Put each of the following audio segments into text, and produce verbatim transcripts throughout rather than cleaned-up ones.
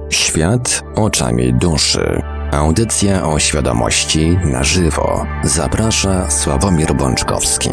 Świat oczami duszy. Audycja o świadomości na żywo. Zaprasza Sławomir Bączkowski.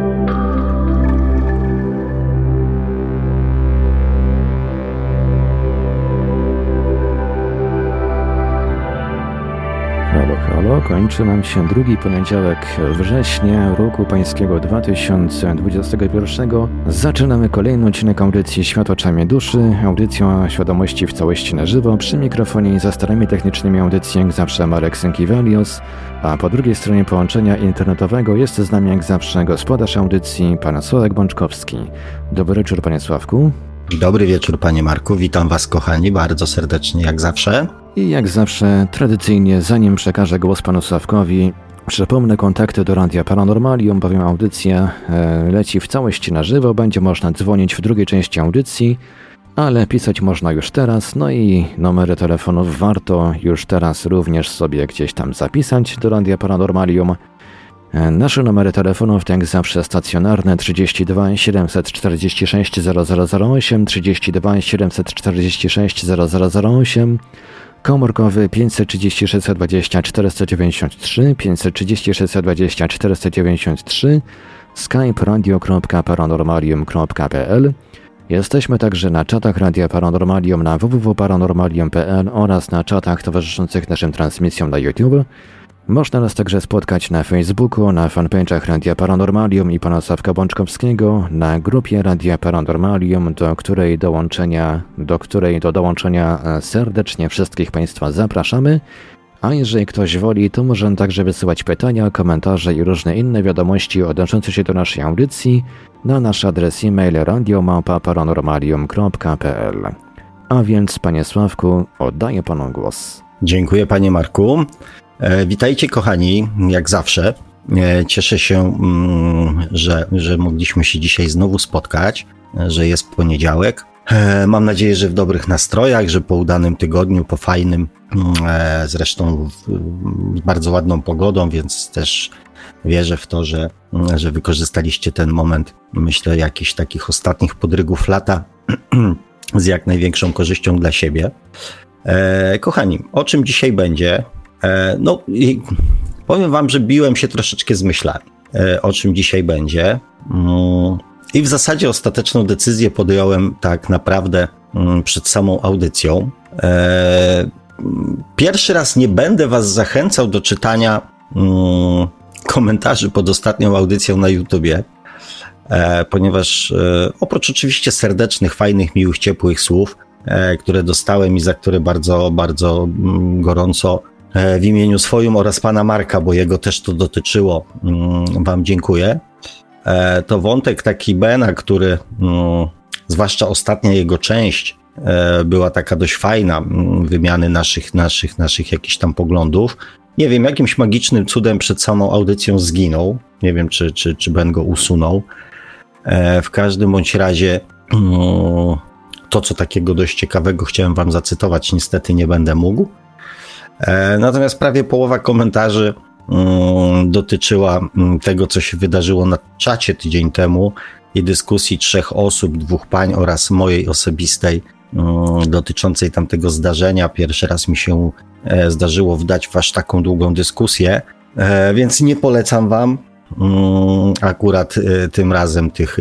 Halo, halo, kończy nam się drugi poniedziałek września roku pańskiego dwa tysiące dwudziestego pierwszego. Zaczynamy kolejny odcinek audycji Świat oczami duszy, audycją o świadomości w całości na żywo. Przy mikrofonie i za starami technicznymi audycji jak zawsze Marek Sękiewelios, a po drugiej stronie połączenia internetowego jest z nami jak zawsze gospodarz audycji, pan Sławek Bączkowski. Dobry wieczór, panie Sławku. Dobry wieczór, panie Marku. Witam was, kochani, bardzo serdecznie jak zawsze. I jak zawsze, tradycyjnie, zanim przekażę głos panu Sławkowi, przypomnę kontakty do Radia Paranormalium, bowiem audycja e, leci w całości na żywo. Będzie można dzwonić w drugiej części audycji, ale pisać można już teraz. No i numery telefonów warto już teraz również sobie gdzieś tam zapisać do Radia Paranormalium. E, nasze numery telefonów to jak zawsze stacjonarne trzydzieści dwa siedemset czterdzieści sześć zero zero zero osiem, trzydzieści dwa siedemset czterdzieści sześć zero zero zero osiem, komórkowy pięćset trzydzieści sześć dwadzieścia czterysta dziewięćdziesiąt trzy, pięćset trzydzieści sześć dwadzieścia czterysta dziewięćdziesiąt trzy, skype radio kropka paranormalium kropka p l. Jesteśmy także na czatach Radia Paranormalium na w w w kropka paranormalium kropka p l oraz na czatach towarzyszących naszym transmisjom na YouTube. Można nas także spotkać na Facebooku, na fanpage'ach Radia Paranormalium i pana Sławka Bączkowskiego, na grupie Radia Paranormalium, do której dołączenia, do której do dołączenia serdecznie wszystkich państwa zapraszamy. A jeżeli ktoś woli, to może także wysyłać pytania, komentarze i różne inne wiadomości odnoszące się do naszej audycji na nasz adres e-mail radio małpa paranormalium kropka p l. A więc, panie Sławku, oddaję panu głos. Dziękuję, panie Marku. E, witajcie, kochani, jak zawsze. E, cieszę się, mm, że, że mogliśmy się dzisiaj znowu spotkać, e, że jest poniedziałek. E, mam nadzieję, że w dobrych nastrojach, że po udanym tygodniu, po fajnym, e, zresztą w, z bardzo ładną pogodą, więc też wierzę w to, że, że wykorzystaliście ten moment, myślę, jakichś takich ostatnich podrygów lata z jak największą korzyścią dla siebie. E, kochani, o czym dzisiaj będzie? E, no, i powiem wam, że biłem się troszeczkę z myślami, e, o czym dzisiaj będzie. Mm, I w zasadzie ostateczną decyzję podjąłem tak naprawdę mm, przed samą audycją. E, pierwszy raz nie będę was zachęcał do czytania mm, komentarzy pod ostatnią audycją na YouTubie, e, ponieważ e, oprócz oczywiście serdecznych, fajnych, miłych, ciepłych słów, e, które dostałem i za które bardzo, bardzo mm, gorąco w imieniu swoim oraz pana Marka, bo jego też to dotyczyło, wam dziękuję. To wątek taki Bena, który, zwłaszcza ostatnia jego część, była taka dość fajna, wymiany naszych, naszych, naszych jakichś tam poglądów. Nie wiem, jakimś magicznym cudem przed samą audycją zginął. Nie wiem, czy, czy, czy Ben go usunął. W każdym bądź razie to, co takiego dość ciekawego chciałem wam zacytować, niestety nie będę mógł. Natomiast prawie połowa komentarzy um, dotyczyła um, tego, co się wydarzyło na czacie tydzień temu i dyskusji trzech osób, dwóch pań oraz mojej osobistej um, dotyczącej tamtego zdarzenia. Pierwszy raz mi się e, zdarzyło wdać w aż taką długą dyskusję, e, więc nie polecam wam um, akurat e, tym razem tych e,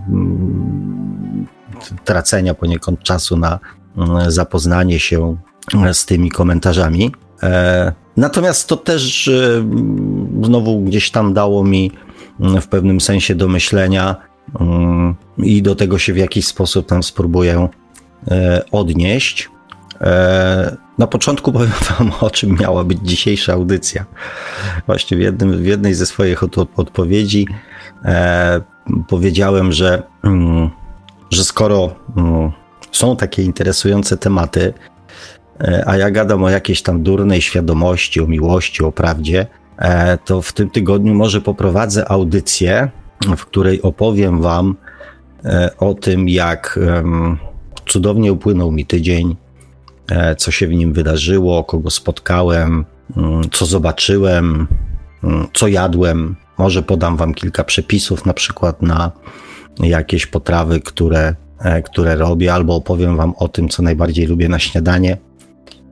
tracenia poniekąd czasu na e, zapoznanie się z tymi komentarzami. E, natomiast to też e, znowu gdzieś tam dało mi w pewnym sensie do myślenia e, i do tego się w jakiś sposób tam spróbuję e, odnieść. E, na początku powiem wam, o czym miała być dzisiejsza audycja. Właśnie w, jednym, w jednej ze swoich od, odpowiedzi e, powiedziałem, że, mm, że skoro mm, są takie interesujące tematy, a ja gadam o jakiejś tam durnej świadomości, o miłości, o prawdzie, to w tym tygodniu może poprowadzę audycję, w której opowiem wam o tym, jak cudownie upłynął mi tydzień, co się w nim wydarzyło, kogo spotkałem, co zobaczyłem, co jadłem. Może podam wam kilka przepisów, na przykład na jakieś potrawy, które które robię, albo opowiem wam o tym, co najbardziej lubię na śniadanie.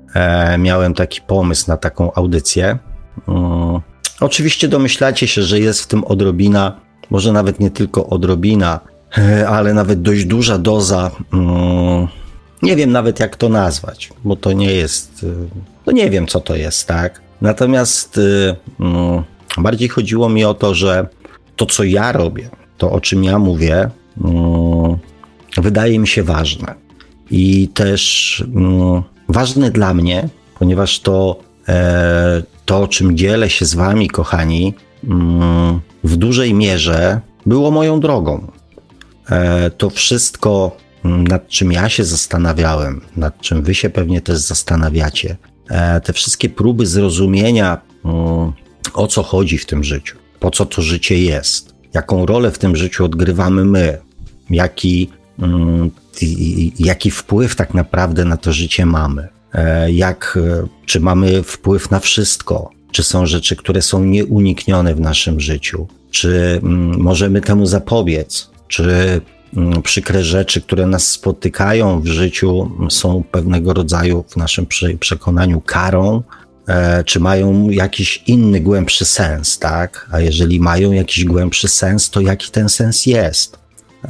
e, miałem taki pomysł na taką audycję. Um, oczywiście domyślacie się, że jest w tym odrobina, może nawet nie tylko odrobina, e, ale nawet dość duża doza, um, nie wiem nawet jak to nazwać, bo to nie jest, no nie wiem co to jest, tak? Natomiast um, bardziej chodziło mi o to, że to co ja robię, to o czym ja mówię, um, wydaje mi się ważne. I też um, ważne dla mnie, ponieważ to, e, to, o czym dzielę się z wami, kochani, um, w dużej mierze było moją drogą. E, to wszystko, nad czym ja się zastanawiałem, nad czym wy się pewnie też zastanawiacie, e, te wszystkie próby zrozumienia, um, o co chodzi w tym życiu, po co to życie jest, jaką rolę w tym życiu odgrywamy my, jaki um, jaki wpływ tak naprawdę na to życie mamy, jak, czy mamy wpływ na wszystko, czy są rzeczy, które są nieuniknione w naszym życiu, czy możemy temu zapobiec, czy przykre rzeczy, które nas spotykają w życiu, są pewnego rodzaju w naszym przekonaniu karą, czy mają jakiś inny, głębszy sens, tak? A jeżeli mają jakiś głębszy sens, to jaki ten sens jest?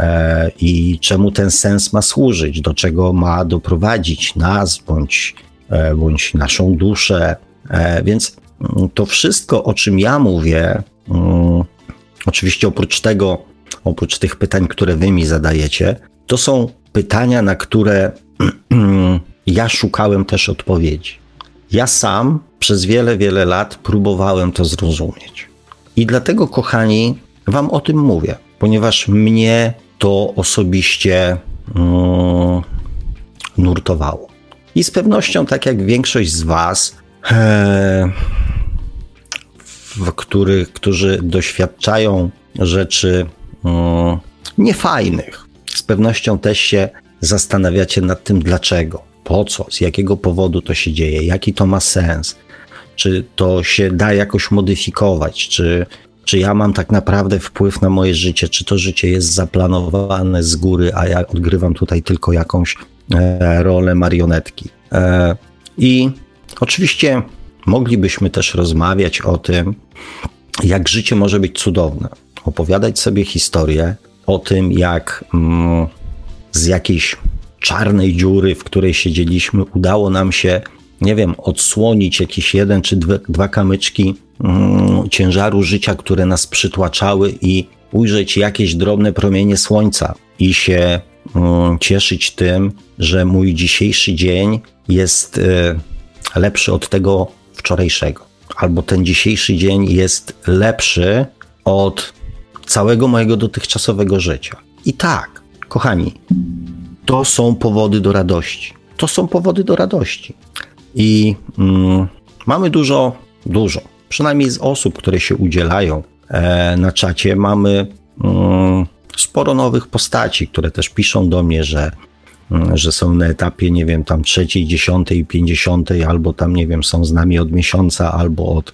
I czemu ten sens ma służyć, do czego ma doprowadzić nas, bądź, bądź naszą duszę. Więc to wszystko, o czym ja mówię, oczywiście oprócz tego, oprócz tych pytań, które wy mi zadajecie, to są pytania, na które ja szukałem też odpowiedzi. Ja sam przez wiele, wiele lat próbowałem to zrozumieć. I dlatego, kochani, wam o tym mówię, ponieważ mnie to osobiście mm, nurtowało. I z pewnością, tak jak większość z was, e, w których, którzy doświadczają rzeczy mm, niefajnych, z pewnością też się zastanawiacie nad tym, dlaczego, po co, z jakiego powodu to się dzieje, jaki to ma sens, czy to się da jakoś modyfikować, czy Czy ja mam tak naprawdę wpływ na moje życie, czy to życie jest zaplanowane z góry, a ja odgrywam tutaj tylko jakąś e, rolę marionetki. E, I oczywiście moglibyśmy też rozmawiać o tym, jak życie może być cudowne. Opowiadać sobie historię o tym, jak mm, z jakiejś czarnej dziury, w której siedzieliśmy, udało nam się, nie wiem, odsłonić jakiś jeden czy dwa, dwa kamyczki mm, ciężaru życia, które nas przytłaczały, i ujrzeć jakieś drobne promienie słońca i się mm, cieszyć tym, że mój dzisiejszy dzień jest y, lepszy od tego wczorajszego. Albo ten dzisiejszy dzień jest lepszy od całego mojego dotychczasowego życia. I tak, kochani, to są powody do radości. To są powody do radości. I mm, mamy dużo, dużo, przynajmniej z osób, które się udzielają e, na czacie, mamy mm, sporo nowych postaci, które też piszą do mnie, że, mm, że są na etapie, nie wiem, tam trzeciej, dziesiątej, pięćdziesiątej, albo tam, nie wiem, są z nami od miesiąca, albo od,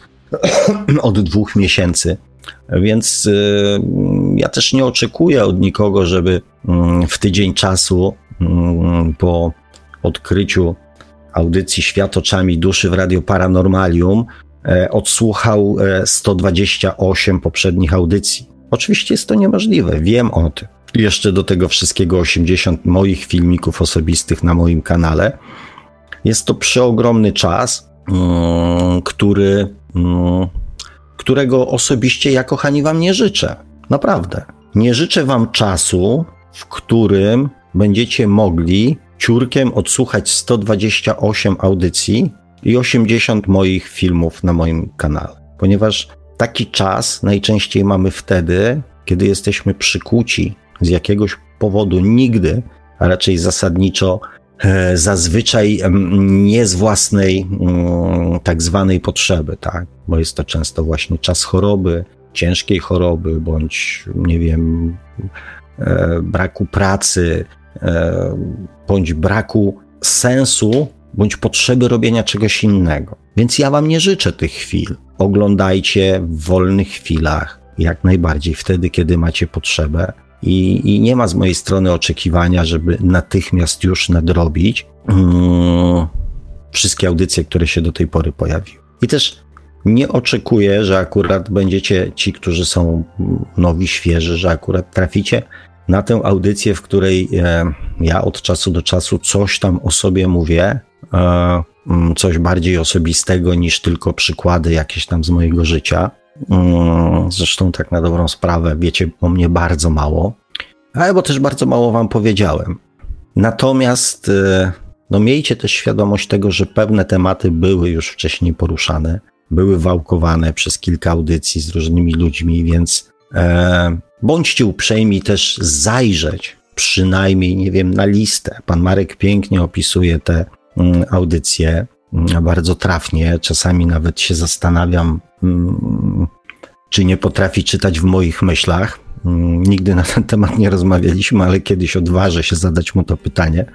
od dwóch miesięcy. Więc y, ja też nie oczekuję od nikogo, żeby y, w tydzień czasu y, po odkryciu audycji Świat oczami duszy w Radio Paranormalium e, odsłuchał e, sto dwadzieścia osiem poprzednich audycji. Oczywiście jest to niemożliwe, wiem o tym. Jeszcze do tego wszystkiego osiemdziesiąt moich filmików osobistych na moim kanale. Jest to przeogromny czas, mm, który, mm, którego osobiście ja, kochani, wam nie życzę. Naprawdę. Nie życzę wam czasu, w którym będziecie mogli ciurkiem odsłuchać sto dwadzieścia osiem audycji i osiemdziesiąt moich filmów na moim kanale. Ponieważ taki czas najczęściej mamy wtedy, kiedy jesteśmy przykuci z jakiegoś powodu, nigdy, a raczej zasadniczo, e, zazwyczaj e, nie z własnej e, tak zwanej potrzeby, tak? Bo jest to często właśnie czas choroby, ciężkiej choroby, bądź, nie wiem, e, braku pracy, bądź braku sensu, bądź potrzeby robienia czegoś innego. Więc ja wam nie życzę tych chwil. Oglądajcie w wolnych chwilach, jak najbardziej wtedy, kiedy macie potrzebę. I, i nie ma z mojej strony oczekiwania, żeby natychmiast już nadrobić. Hmm, wszystkie audycje, które się do tej pory pojawiły. I też nie oczekuję, że akurat będziecie ci, którzy są nowi, świeży, że akurat traficie na tę audycję, w której e, ja od czasu do czasu coś tam o sobie mówię, e, coś bardziej osobistego niż tylko przykłady jakieś tam z mojego życia. E, zresztą tak na dobrą sprawę wiecie o mnie bardzo mało, ale bo też bardzo mało wam powiedziałem. Natomiast e, no miejcie też świadomość tego, że pewne tematy były już wcześniej poruszane, były wałkowane przez kilka audycji z różnymi ludźmi, więc e, bądźcie uprzejmi też zajrzeć przynajmniej, nie wiem, na listę. Pan Marek pięknie opisuje te mm, audycje, mm, bardzo trafnie. Czasami nawet się zastanawiam, mm, czy nie potrafi czytać w moich myślach. Mm, nigdy na ten temat nie rozmawialiśmy, ale kiedyś odważę się zadać mu to pytanie.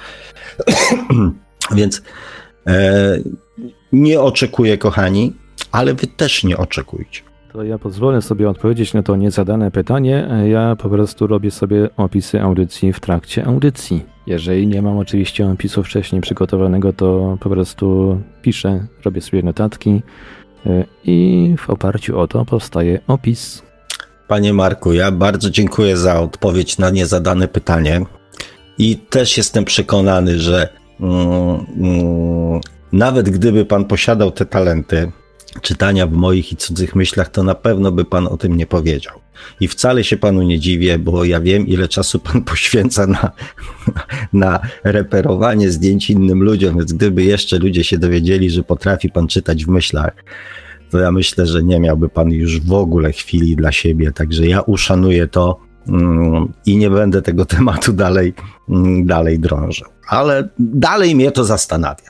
Więc e, nie oczekuję, kochani, ale wy też nie oczekujcie. To ja pozwolę sobie odpowiedzieć na to niezadane pytanie. Ja po prostu robię sobie opisy audycji w trakcie audycji. Jeżeli nie mam oczywiście opisu wcześniej przygotowanego, to po prostu piszę, robię sobie notatki i w oparciu o to powstaje opis. Panie Marku, ja bardzo dziękuję za odpowiedź na niezadane pytanie i też jestem przekonany, że mm, mm, nawet gdyby pan posiadał te talenty czytania w moich i cudzych myślach, to na pewno by pan o tym nie powiedział. I wcale się panu nie dziwię, bo ja wiem, ile czasu pan poświęca na, na reperowanie zdjęć innym ludziom, więc gdyby jeszcze ludzie się dowiedzieli, że potrafi pan czytać w myślach, to ja myślę, że nie miałby pan już w ogóle chwili dla siebie. Także ja uszanuję to mm, i nie będę tego tematu dalej, mm, dalej drążył. Ale dalej mnie to zastanawia.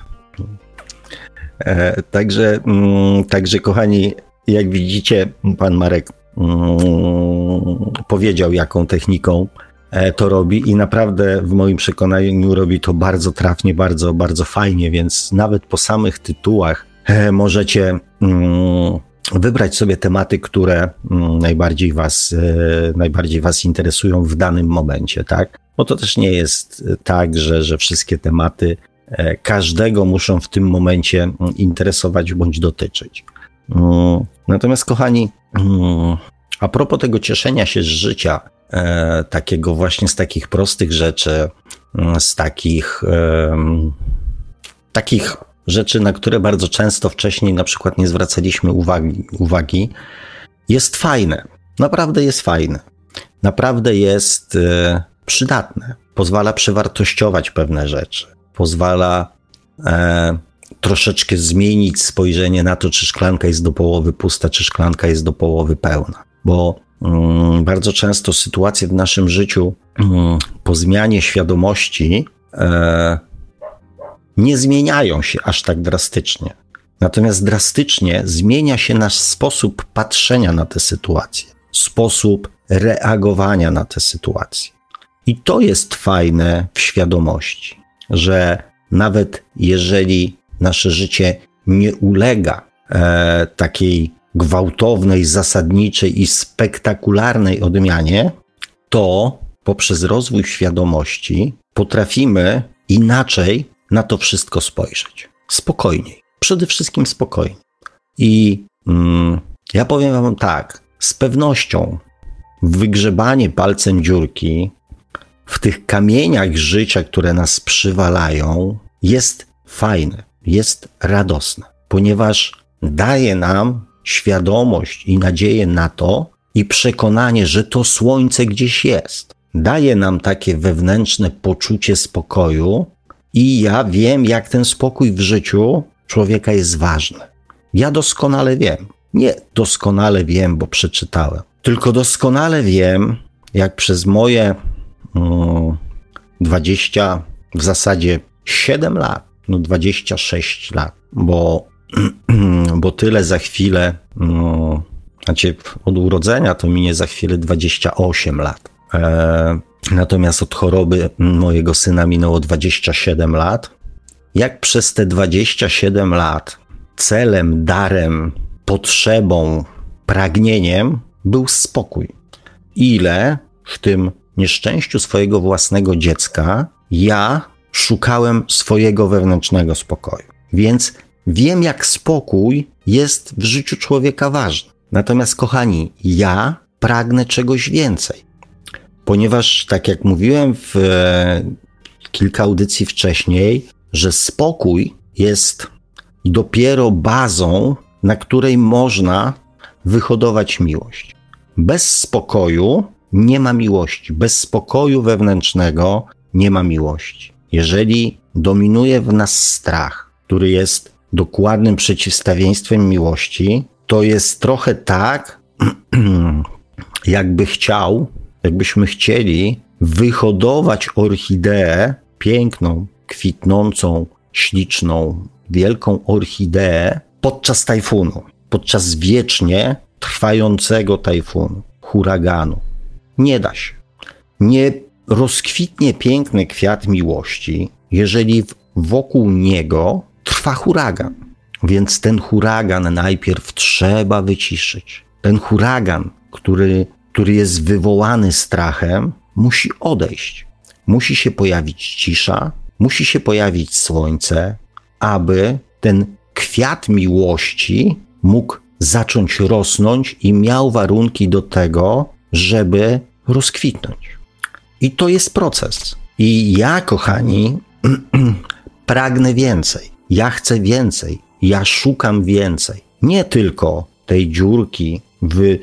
E, także, mm, także, kochani, jak widzicie, pan Marek mm, powiedział, jaką techniką e, to robi i naprawdę w moim przekonaniu robi to bardzo trafnie, bardzo, bardzo fajnie, więc nawet po samych tytułach e, możecie mm, wybrać sobie tematy, które mm, najbardziej was, e, najbardziej was interesują w danym momencie, tak? Bo to też nie jest tak, że, że wszystkie tematy każdego muszą w tym momencie interesować bądź dotyczyć. Natomiast, kochani, a propos tego cieszenia się z życia, takiego właśnie z takich prostych rzeczy, z takich, takich rzeczy, na które bardzo często wcześniej na przykład nie zwracaliśmy uwagi, uwagi, jest fajne. Naprawdę jest fajne. Naprawdę jest przydatne. Pozwala przewartościować pewne rzeczy. Pozwala e, troszeczkę zmienić spojrzenie na to, czy szklanka jest do połowy pusta, czy szklanka jest do połowy pełna. Bo mm, bardzo często sytuacje w naszym życiu mm, po zmianie świadomości e, nie zmieniają się aż tak drastycznie. Natomiast drastycznie zmienia się nasz sposób patrzenia na te sytuacje, sposób reagowania na te sytuacje. I to jest fajne w świadomości, że nawet jeżeli nasze życie nie ulega e, takiej gwałtownej, zasadniczej i spektakularnej odmianie, to poprzez rozwój świadomości potrafimy inaczej na to wszystko spojrzeć. Spokojniej. Przede wszystkim spokojniej. I mm, ja powiem wam tak, z pewnością wygrzebanie palcem dziurki w tych kamieniach życia, które nas przywalają, jest fajne, jest radosne, ponieważ daje nam świadomość i nadzieję na to i przekonanie, że to słońce gdzieś jest. Daje nam takie wewnętrzne poczucie spokoju i ja wiem, jak ten spokój w życiu człowieka jest ważny. Ja doskonale wiem. Nie doskonale wiem, bo przeczytałem, tylko doskonale wiem, jak przez moje dwadzieścia, w zasadzie siedem lat, no dwadzieścia sześć lat, bo, bo tyle za chwilę, no, znaczy od urodzenia to minie za chwilę dwadzieścia osiem lat. E, natomiast od choroby mojego syna minęło dwadzieścia siedem lat. Jak przez te dwadzieścia siedem lat celem, darem, potrzebą, pragnieniem był spokój. Ile w tym nieszczęściu swojego własnego dziecka ja szukałem swojego wewnętrznego spokoju. Więc wiem, jak spokój jest w życiu człowieka ważny. Natomiast, kochani, ja pragnę czegoś więcej. Ponieważ, tak jak mówiłem w e, kilka audycji wcześniej, że spokój jest dopiero bazą, na której można wyhodować miłość. Bez spokoju nie ma miłości. Bez spokoju wewnętrznego nie ma miłości. Jeżeli dominuje w nas strach, który jest dokładnym przeciwstawieństwem miłości, to jest trochę tak, jakby chciał, jakbyśmy chcieli wyhodować orchideę, piękną, kwitnącą, śliczną, wielką orchideę podczas tajfunu, podczas wiecznie trwającego tajfunu, huraganu. Nie da się. Nie rozkwitnie piękny kwiat miłości, jeżeli wokół niego trwa huragan. Więc ten huragan najpierw trzeba wyciszyć. Ten huragan, który, który jest wywołany strachem, musi odejść. Musi się pojawić cisza, musi się pojawić słońce, aby ten kwiat miłości mógł zacząć rosnąć i miał warunki do tego, żeby rozkwitnąć. I to jest proces. I ja, kochani, pragnę więcej. Ja chcę więcej. Ja szukam więcej. Nie tylko tej dziurki w,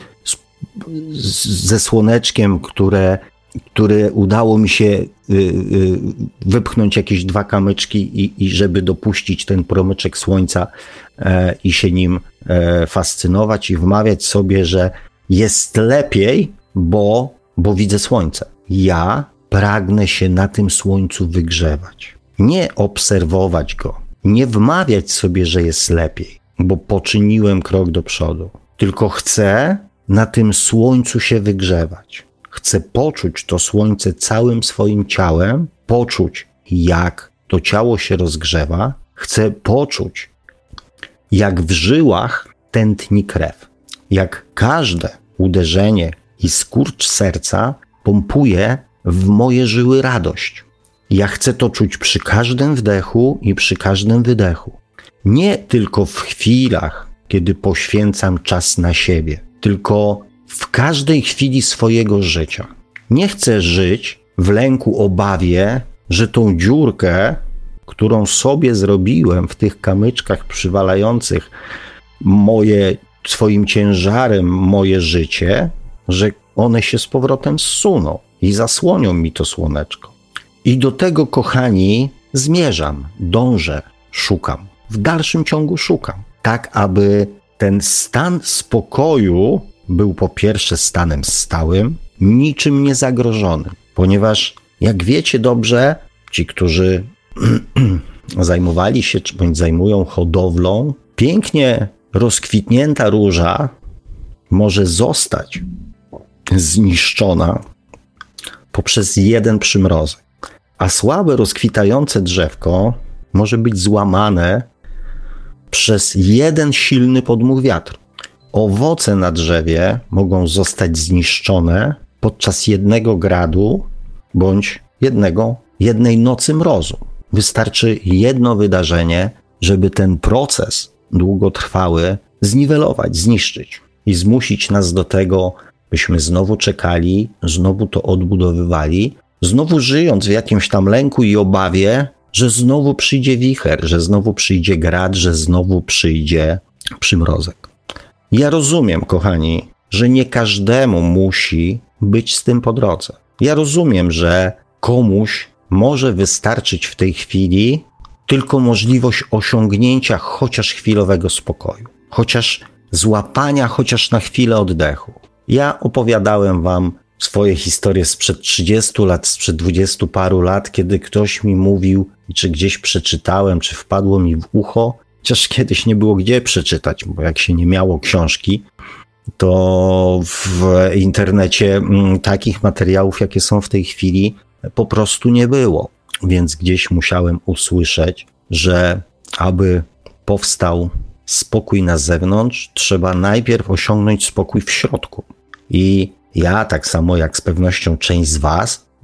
z, ze słoneczkiem, które, które udało mi się y, y, wypchnąć jakieś dwa kamyczki i, i żeby dopuścić ten promyczek słońca e, i się nim e, fascynować i wmawiać sobie, że jest lepiej, bo, bo widzę słońce. Ja pragnę się na tym słońcu wygrzewać. Nie obserwować go, nie wmawiać sobie, że jest lepiej, bo poczyniłem krok do przodu. Tylko chcę na tym słońcu się wygrzewać. Chcę poczuć to słońce całym swoim ciałem, poczuć, jak to ciało się rozgrzewa. Chcę poczuć, jak w żyłach tętni krew. Jak każde uderzenie i skurcz serca pompuje w moje żyły radość. Ja chcę to czuć przy każdym wdechu i przy każdym wydechu. Nie tylko w chwilach, kiedy poświęcam czas na siebie, tylko w każdej chwili swojego życia. Nie chcę żyć w lęku, obawie, że tą dziurkę, którą sobie zrobiłem w tych kamyczkach przywalających moje, swoim ciężarem moje życie, że one się z powrotem zsuną i zasłonią mi to słoneczko. I do tego, kochani, zmierzam, dążę, szukam. W dalszym ciągu szukam. Tak, aby ten stan spokoju był po pierwsze stanem stałym, niczym nie zagrożonym. Ponieważ, jak wiecie dobrze, ci, którzy zajmowali się, bądź zajmują hodowlą, pięknie rozkwitnięta róża może zostać zniszczona poprzez jeden przymrozek. A słabe, rozkwitające drzewko może być złamane przez jeden silny podmuch wiatru. Owoce na drzewie mogą zostać zniszczone podczas jednego gradu bądź jednego, jednej nocy mrozu. Wystarczy jedno wydarzenie, żeby ten proces długotrwały zniwelować, zniszczyć i zmusić nas do tego, byśmy znowu czekali, znowu to odbudowywali, znowu żyjąc w jakimś tam lęku i obawie, że znowu przyjdzie wicher, że znowu przyjdzie grad, że znowu przyjdzie przymrozek. Ja rozumiem, kochani, że nie każdemu musi być z tym po drodze. Ja rozumiem, że komuś może wystarczyć w tej chwili tylko możliwość osiągnięcia chociaż chwilowego spokoju, chociaż złapania chociaż na chwilę oddechu. Ja opowiadałem wam swoje historie sprzed trzydziestu lat, sprzed dwudziestu paru lat, kiedy ktoś mi mówił, czy gdzieś przeczytałem, czy wpadło mi w ucho, chociaż kiedyś nie było gdzie przeczytać, bo jak się nie miało książki, to w internecie m, takich materiałów, jakie są w tej chwili, po prostu nie było. Więc gdzieś musiałem usłyszeć, że aby powstał spokój na zewnątrz, trzeba najpierw osiągnąć spokój w środku. I ja, tak samo jak z pewnością część z was,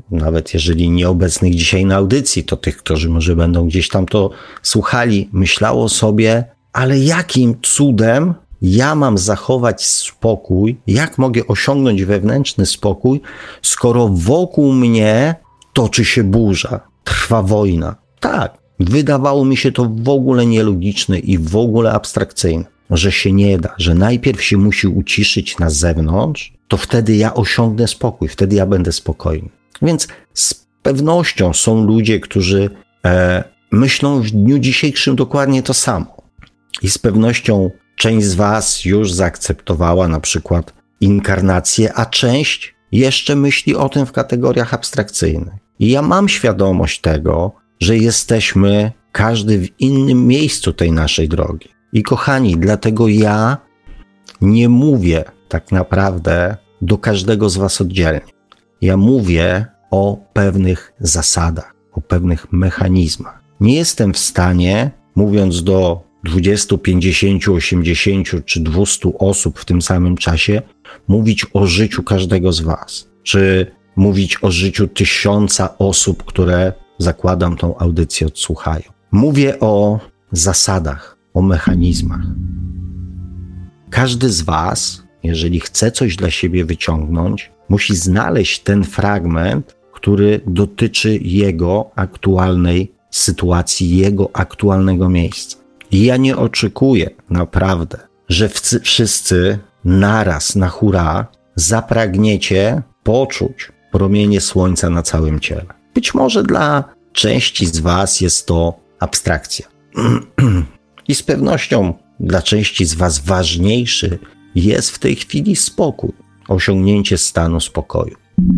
nawet jeżeli nieobecnych dzisiaj na audycji, to tych, którzy może będą gdzieś tam to słuchali, myślało sobie, ale jakim cudem ja mam zachować spokój, jak mogę osiągnąć wewnętrzny spokój, skoro wokół mnie toczy się burza, trwa wojna. Tak, wydawało mi się to w ogóle nielogiczne i w ogóle abstrakcyjne, że się nie da, że najpierw się musi uciszyć na zewnątrz, to wtedy ja osiągnę spokój, wtedy ja będę spokojny. Więc z pewnością są ludzie, którzy e, myślą w dniu dzisiejszym dokładnie to samo. I z pewnością część z was już zaakceptowała na przykład inkarnację, a część jeszcze myśli o tym w kategoriach abstrakcyjnych. I ja mam świadomość tego, że jesteśmy każdy w innym miejscu tej naszej drogi. I kochani, dlatego ja nie mówię tak naprawdę do każdego z was oddzielnie. Ja mówię o pewnych zasadach, o pewnych mechanizmach. Nie jestem w stanie, mówiąc do dwudziestu, pięćdziesięciu, osiemdziesięciu czy dwustu osób w tym samym czasie, mówić o życiu każdego z was, czy mówić o życiu tysiąca osób, które, zakładam, tą audycję odsłuchają. Mówię o zasadach, o mechanizmach. Każdy z was, jeżeli chce coś dla siebie wyciągnąć, musi znaleźć ten fragment, który dotyczy jego aktualnej sytuacji, jego aktualnego miejsca. I ja nie oczekuję naprawdę, że wszyscy naraz, na hura, zapragniecie poczuć promienie słońca na całym ciele. Być może dla części z was jest to abstrakcja. I z pewnością dla części z was ważniejszy jest w tej chwili spokój, osiągnięcie stanu spokoju.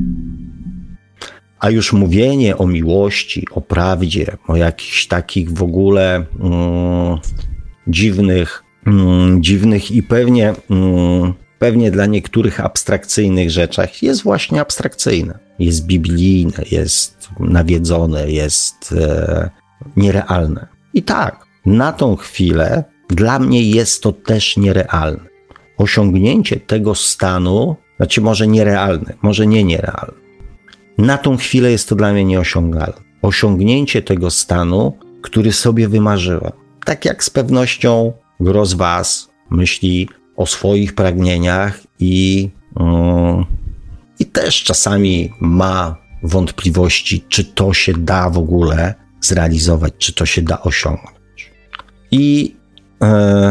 A już mówienie o miłości, o prawdzie, o jakichś takich w ogóle mm, dziwnych, mm, dziwnych i pewnie, mm, pewnie dla niektórych abstrakcyjnych rzeczach jest właśnie abstrakcyjne. Jest biblijne, jest nawiedzone, jest e, nierealne. I tak, na tą chwilę dla mnie jest to też nierealne. Osiągnięcie tego stanu, znaczy może nierealne, może nie nierealne. Na tą chwilę jest to dla mnie nieosiągalne. Osiągnięcie tego stanu, który sobie wymarzyłem. Tak jak z pewnością gro z was myśli o swoich pragnieniach i, yy, i też czasami ma wątpliwości, czy to się da w ogóle zrealizować, czy to się da osiągnąć. I yy,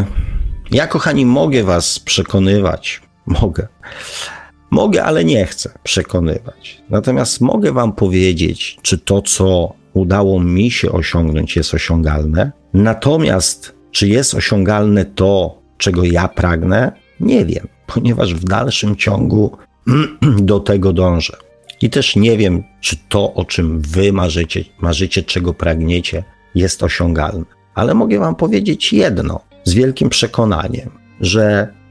ja, kochani, mogę was przekonywać, mogę, Mogę, ale nie chcę przekonywać. Natomiast mogę wam powiedzieć, czy to, co udało mi się osiągnąć, jest osiągalne. Natomiast czy jest osiągalne to, czego ja pragnę? Nie wiem, ponieważ w dalszym ciągu do tego dążę. I też nie wiem, czy to, o czym wy marzycie, marzycie, czego pragniecie, jest osiągalne. Ale mogę wam powiedzieć jedno, z wielkim przekonaniem, że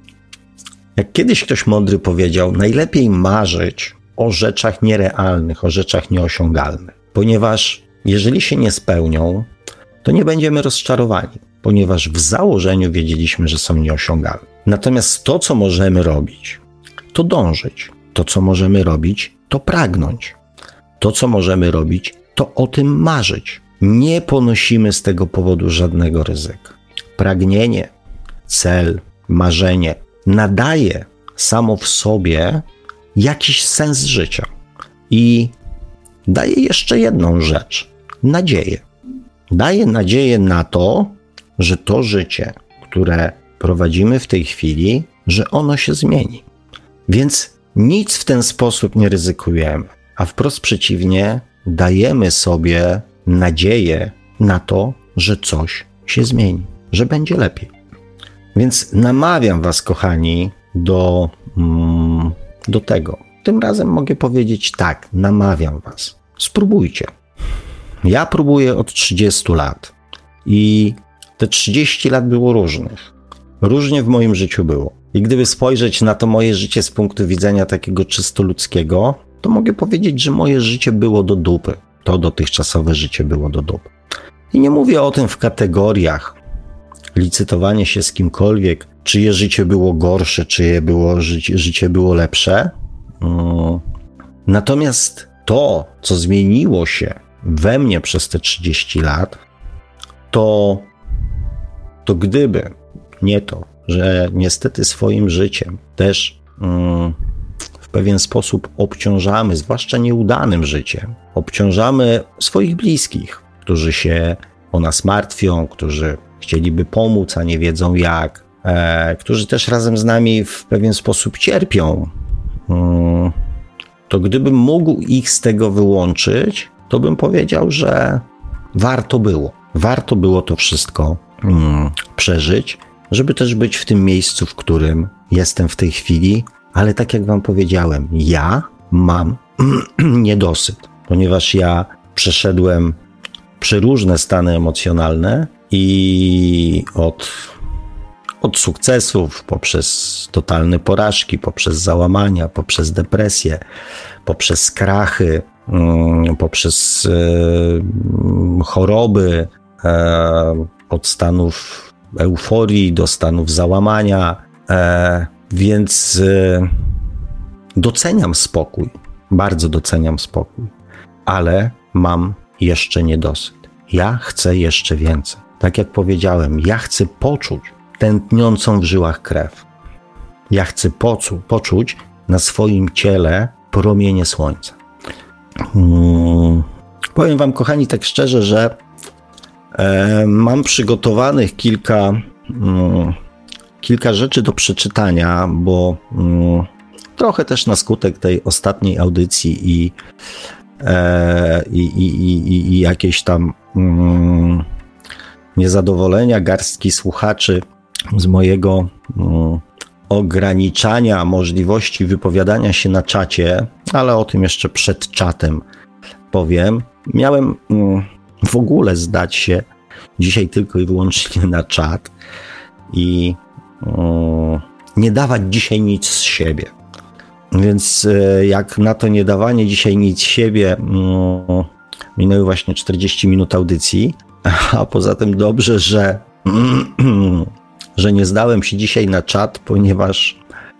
jak kiedyś ktoś mądry powiedział, najlepiej marzyć o rzeczach nierealnych, o rzeczach nieosiągalnych, ponieważ jeżeli się nie spełnią, to nie będziemy rozczarowani, ponieważ w założeniu wiedzieliśmy, że są nieosiągalne. Natomiast to, co możemy robić, to dążyć. To, co możemy robić, to pragnąć. To, co możemy robić, to o tym marzyć. Nie ponosimy z tego powodu żadnego ryzyka. Pragnienie, cel, marzenie nadaje samo w sobie jakiś sens życia i daje jeszcze jedną rzecz, nadzieję. Daje nadzieję na to, że to życie, które prowadzimy w tej chwili, że ono się zmieni. Więc nic w ten sposób nie ryzykujemy, a wprost przeciwnie, dajemy sobie nadzieję na to, że coś się zmieni, że będzie lepiej. Więc namawiam was, kochani, do, mm, do tego. Tym razem mogę powiedzieć tak, namawiam was. Spróbujcie. Ja próbuję od trzydziestu lat i te trzydzieści lat było różnych. Różnie w moim życiu było. I gdyby spojrzeć na to moje życie z punktu widzenia takiego czysto ludzkiego, to mogę powiedzieć, że moje życie było do dupy. To dotychczasowe życie było do dupy. I nie mówię o tym w kategoriach licytowanie się z kimkolwiek, czyje życie było gorsze, czyje było życie, życie było lepsze. Natomiast to, co zmieniło się we mnie przez te trzydzieści lat, to, to gdyby nie to, że niestety swoim życiem też mm, w pewien sposób obciążamy, zwłaszcza nieudanym życiem, obciążamy swoich bliskich, którzy się o nas martwią, którzy chcieliby pomóc, a nie wiedzą jak, e, którzy też razem z nami w pewien sposób cierpią, mm, to gdybym mógł ich z tego wyłączyć, to bym powiedział, że warto było. Warto było to wszystko mm, przeżyć, żeby też być w tym miejscu, w którym jestem w tej chwili, ale tak jak wam powiedziałem, ja mam niedosyt, ponieważ ja przeszedłem przeróżne stany emocjonalne i od, od sukcesów, poprzez totalne porażki, poprzez załamania, poprzez depresję, poprzez krachy, poprzez e, choroby, e, od stanów euforii do stanów załamania, e, więc e, doceniam spokój, bardzo doceniam spokój, ale mam jeszcze niedosyt. Ja chcę jeszcze więcej. Tak jak powiedziałem, ja chcę poczuć tętniącą w żyłach krew. Ja chcę pocu- poczuć na swoim ciele promienie słońca. Hmm. Powiem wam, kochani, tak szczerze, że e, mam przygotowanych kilka, mm, kilka rzeczy do przeczytania, bo mm, trochę też na skutek tej ostatniej audycji i, e, i, i, i, i jakieś tam mm, niezadowolenia garstki słuchaczy z mojego mm, ograniczania możliwości wypowiadania się na czacie, ale o tym jeszcze przed czatem powiem. Miałem mm, w ogóle zdać się dzisiaj tylko i wyłącznie na czat i mm, nie dawać dzisiaj nic z siebie. Więc y, jak na to niedawanie dzisiaj nic z siebie, mm, minęły właśnie czterdzieści minut audycji, a poza tym dobrze, że że nie zdałem się dzisiaj na czat, ponieważ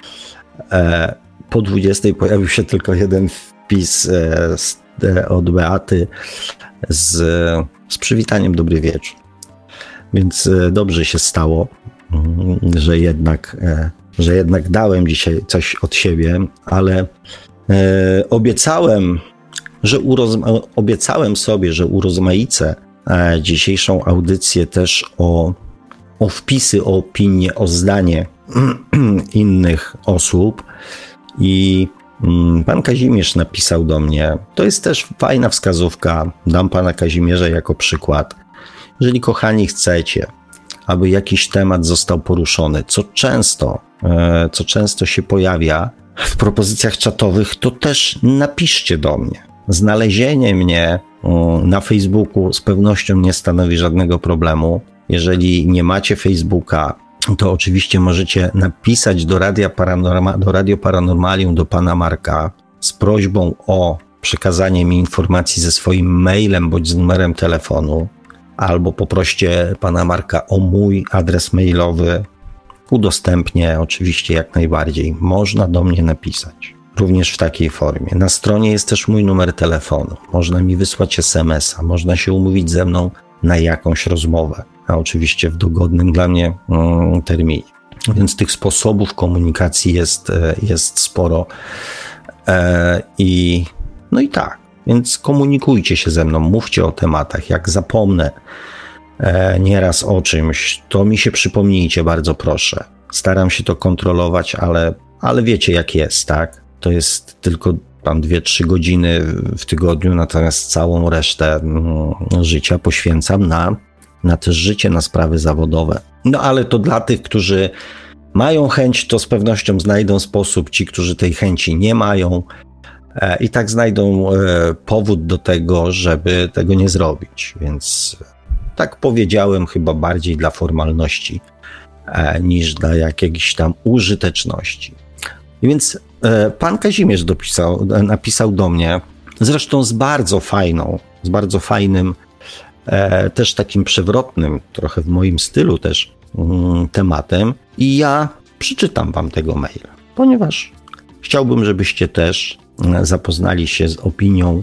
e, po dwudziestej pojawił się tylko jeden wpis e, z, e, od Beaty z, z przywitaniem dobry wieczór. Więc e, dobrze się stało, m, że jednak, e, że jednak dałem dzisiaj coś od siebie, ale e, obiecałem, że urozma- obiecałem sobie, że urozmaicę e, dzisiejszą audycję też o o wpisy, o opinie, o zdanie innych osób i pan Kazimierz napisał do mnie, to jest też fajna wskazówka, dam pana Kazimierza jako przykład. Jeżeli, kochani, chcecie, aby jakiś temat został poruszony, co często, co często się pojawia w propozycjach czatowych, to też napiszcie do mnie. Znalezienie mnie na Facebooku z pewnością nie stanowi żadnego problemu. Jeżeli nie macie Facebooka, to oczywiście możecie napisać do Radia Paranorma, do Radio Paranormalium, do pana Marka z prośbą o przekazanie mi informacji ze swoim mailem bądź z numerem telefonu, albo poproście pana Marka o mój adres mailowy. Udostępnię oczywiście jak najbardziej. Można do mnie napisać. Również w takiej formie. Na stronie jest też mój numer telefonu. Można mi wysłać es em es a, można się umówić ze mną na jakąś rozmowę, a oczywiście w dogodnym dla mnie mm, terminie. Więc tych sposobów komunikacji jest, jest sporo. E, i, no i tak, więc komunikujcie się ze mną, mówcie o tematach. Jak zapomnę e, nieraz o czymś, to mi się przypomnijcie, bardzo proszę. Staram się to kontrolować, ale, ale wiecie jak jest, tak? To jest tylko tam dwie trzy godziny w tygodniu, natomiast całą resztę mm, życia poświęcam na, na też życie, na sprawy zawodowe. No ale to dla tych, którzy mają chęć, to z pewnością znajdą sposób. Ci, którzy tej chęci nie mają, e, i tak znajdą e, powód do tego, żeby tego nie zrobić. Więc tak powiedziałem, chyba bardziej dla formalności e, niż dla jakiejś tam użyteczności. Więc e, pan Kazimierz dopisał, napisał do mnie, zresztą z bardzo fajną, z bardzo fajnym, e, też takim przewrotnym, trochę w moim stylu też mm, tematem, i ja przeczytam wam tego maila, ponieważ chciałbym, żebyście też zapoznali się z opinią,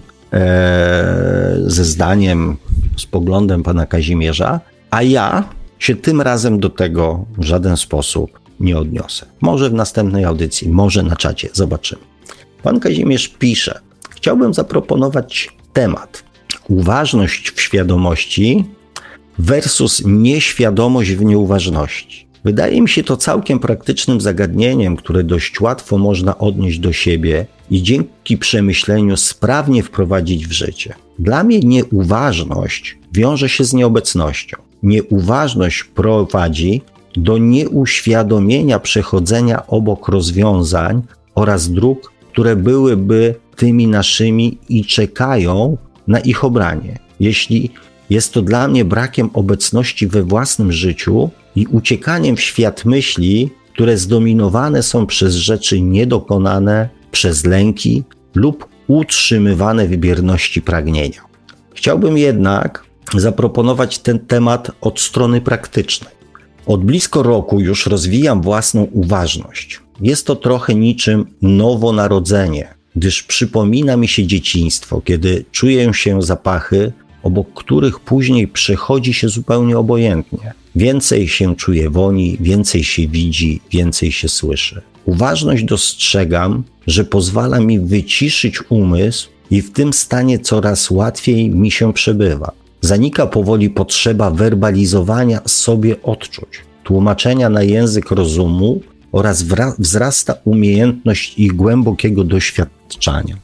ze zdaniem, z poglądem pana Kazimierza, a ja się tym razem do tego w żaden sposób nie odniosę. Może w następnej audycji, może na czacie, zobaczymy. Pan Kazimierz pisze: chciałbym zaproponować temat uważność w świadomości versus nieświadomość w nieuważności. Wydaje mi się to całkiem praktycznym zagadnieniem, które dość łatwo można odnieść do siebie i dzięki przemyśleniu sprawnie wprowadzić w życie. Dla mnie nieuważność wiąże się z nieobecnością. Nieuważność prowadzi do nieuświadomienia przechodzenia obok rozwiązań oraz dróg, które byłyby tymi naszymi i czekają na ich obranie. Jeśli jest to dla mnie brakiem obecności we własnym życiu i uciekaniem w świat myśli, które zdominowane są przez rzeczy niedokonane, przez lęki lub utrzymywane w bierności pragnienia. Chciałbym jednak zaproponować ten temat od strony praktycznej. Od blisko roku już rozwijam własną uważność. Jest to trochę niczym nowonarodzenie, gdyż przypomina mi się dzieciństwo, kiedy czuję się zapachy, obok których później przechodzi się zupełnie obojętnie. Więcej się czuje woni, więcej się widzi, więcej się słyszy. Uważność dostrzegam, że pozwala mi wyciszyć umysł i w tym stanie coraz łatwiej mi się przebywa. Zanika powoli potrzeba werbalizowania sobie odczuć, tłumaczenia na język rozumu oraz wra- wzrasta umiejętność ich głębokiego doświadczania.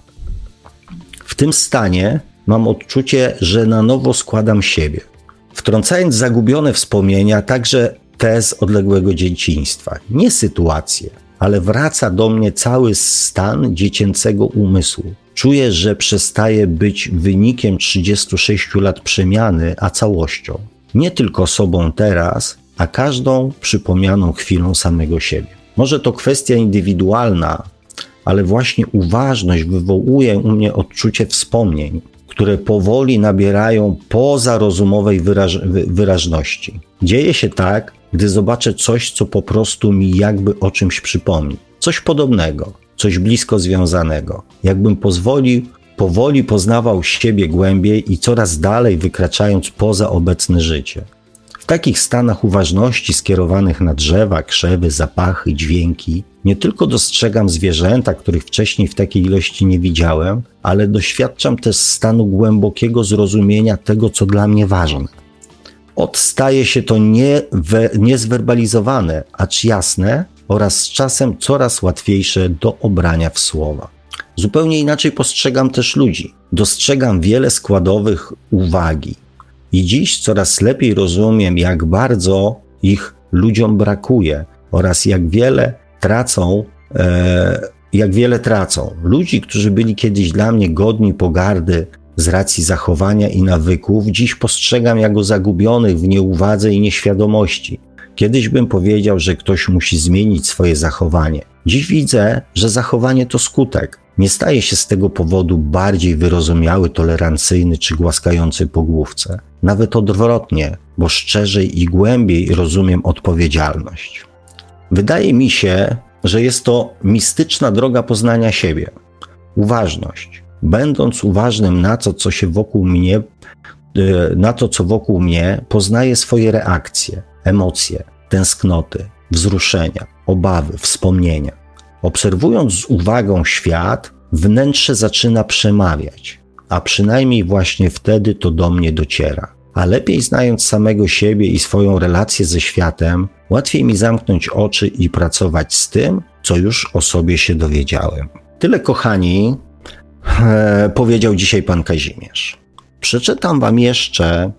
W tym stanie mam odczucie, że na nowo składam siebie, wtrącając zagubione wspomnienia, także te z odległego dzieciństwa. Nie sytuacje, ale wraca do mnie cały stan dziecięcego umysłu. Czuję, że przestaje być wynikiem trzydziestu sześciu lat przemiany, a całością. Nie tylko sobą teraz, a każdą przypomnianą chwilą samego siebie. Może to kwestia indywidualna, ale właśnie uważność wywołuje u mnie odczucie wspomnień, które powoli nabierają pozarozumowej wyraż- wyraźności. Dzieje się tak, gdy zobaczę coś, co po prostu mi jakby o czymś przypomni. Coś podobnego, coś blisko związanego. Jakbym pozwolił, powoli poznawał siebie głębiej i coraz dalej wykraczając poza obecne życie. W takich stanach uważności skierowanych na drzewa, krzewy, zapachy, dźwięki, nie tylko dostrzegam zwierzęta, których wcześniej w takiej ilości nie widziałem, ale doświadczam też stanu głębokiego zrozumienia tego, co dla mnie ważne. Odstaje się to nie we, niezwerbalizowane, acz jasne oraz z czasem coraz łatwiejsze do obrania w słowa. Zupełnie inaczej postrzegam też ludzi. Dostrzegam wiele składowych uwagi. I dziś coraz lepiej rozumiem, jak bardzo ich ludziom brakuje oraz jak wiele tracą, e, jak wiele tracą. Ludzi, którzy byli kiedyś dla mnie godni pogardy z racji zachowania i nawyków, dziś postrzegam jako zagubionych w nieuwadze i nieświadomości. Kiedyś bym powiedział, że ktoś musi zmienić swoje zachowanie. Dziś widzę, że zachowanie to skutek. Nie staje się z tego powodu bardziej wyrozumiały, tolerancyjny czy głaskający po główce. Nawet odwrotnie, bo szczerzej i głębiej rozumiem odpowiedzialność. Wydaje mi się, że jest to mistyczna droga poznania siebie. Uważność. Będąc uważnym na to, co się wokół mnie, na to, co wokół mnie, poznaję swoje reakcje, emocje, tęsknoty, wzruszenia, obawy, wspomnienia. Obserwując z uwagą świat, wnętrze zaczyna przemawiać, a przynajmniej właśnie wtedy to do mnie dociera. A lepiej znając samego siebie i swoją relację ze światem, łatwiej mi zamknąć oczy i pracować z tym, co już o sobie się dowiedziałem. Tyle, kochani, e, powiedział dzisiaj pan Kazimierz. Przeczytam wam jeszcze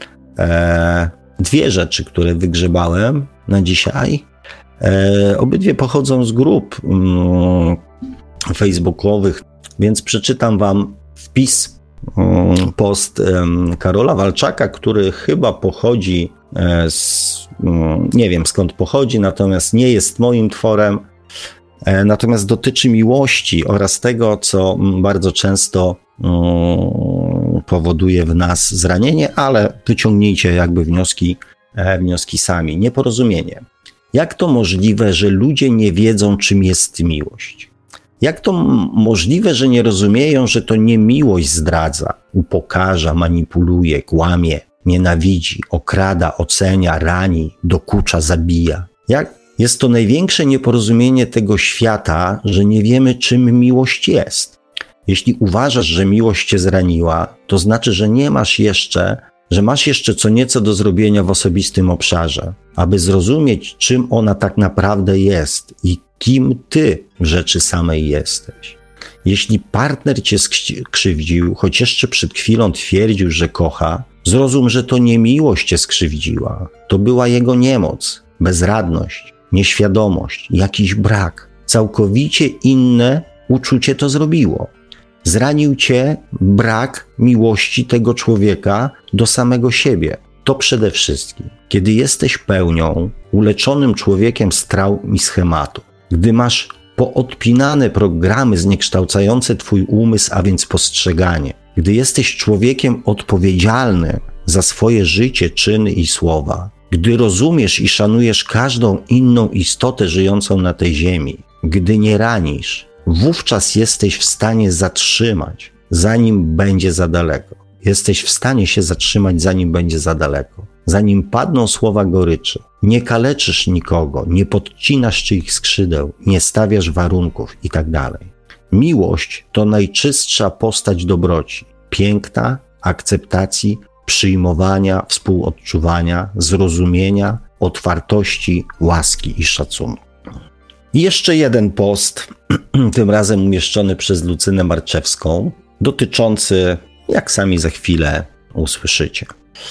e, dwie rzeczy, które wygrzebałem na dzisiaj. E, obydwie pochodzą z grup mm, facebookowych, więc przeczytam wam wpis, mm, post mm, Karola Walczaka, który chyba pochodzi z, mm, nie wiem skąd pochodzi, natomiast nie jest moim tworem, e, natomiast dotyczy miłości oraz tego, co mm, bardzo często mm, powoduje w nas zranienie, ale wyciągnijcie jakby wnioski, e, wnioski sami. Nieporozumienie. Jak to możliwe, że ludzie nie wiedzą, czym jest miłość? Jak to m- możliwe, że nie rozumieją, że to nie miłość zdradza, upokarza, manipuluje, kłamie, nienawidzi, okrada, ocenia, rani, dokucza, zabija? Jak? Jest to największe nieporozumienie tego świata, że nie wiemy, czym miłość jest. Jeśli uważasz, że miłość cię zraniła, to znaczy, że nie masz jeszcze, że masz jeszcze co nieco do zrobienia w osobistym obszarze, aby zrozumieć, czym ona tak naprawdę jest i kim ty w rzeczy samej jesteś. Jeśli partner cię skrzywdził, choć jeszcze przed chwilą twierdził, że kocha, zrozum, że to nie miłość cię skrzywdziła. To była jego niemoc, bezradność, nieświadomość, jakiś brak. Całkowicie inne uczucie to zrobiło. Zranił cię brak miłości tego człowieka do samego siebie. To przede wszystkim. Kiedy jesteś pełnią, uleczonym człowiekiem z traum i schematu, gdy masz poodpinane programy zniekształcające twój umysł, a więc postrzeganie, gdy jesteś człowiekiem odpowiedzialnym za swoje życie, czyny i słowa, gdy rozumiesz i szanujesz każdą inną istotę żyjącą na tej ziemi, gdy nie ranisz, wówczas jesteś w stanie zatrzymać, zanim będzie za daleko. Jesteś w stanie się zatrzymać, zanim będzie za daleko. Zanim padną słowa goryczy. Nie kaleczysz nikogo, nie podcinasz czyich skrzydeł, nie stawiasz warunków i tak dalej. Miłość to najczystsza postać dobroci. Piękna, akceptacji, przyjmowania, współodczuwania, zrozumienia, otwartości, łaski i szacunku. I jeszcze jeden post, tym razem umieszczony przez Lucynę Marczewską, dotyczący, jak sami za chwilę usłyszycie.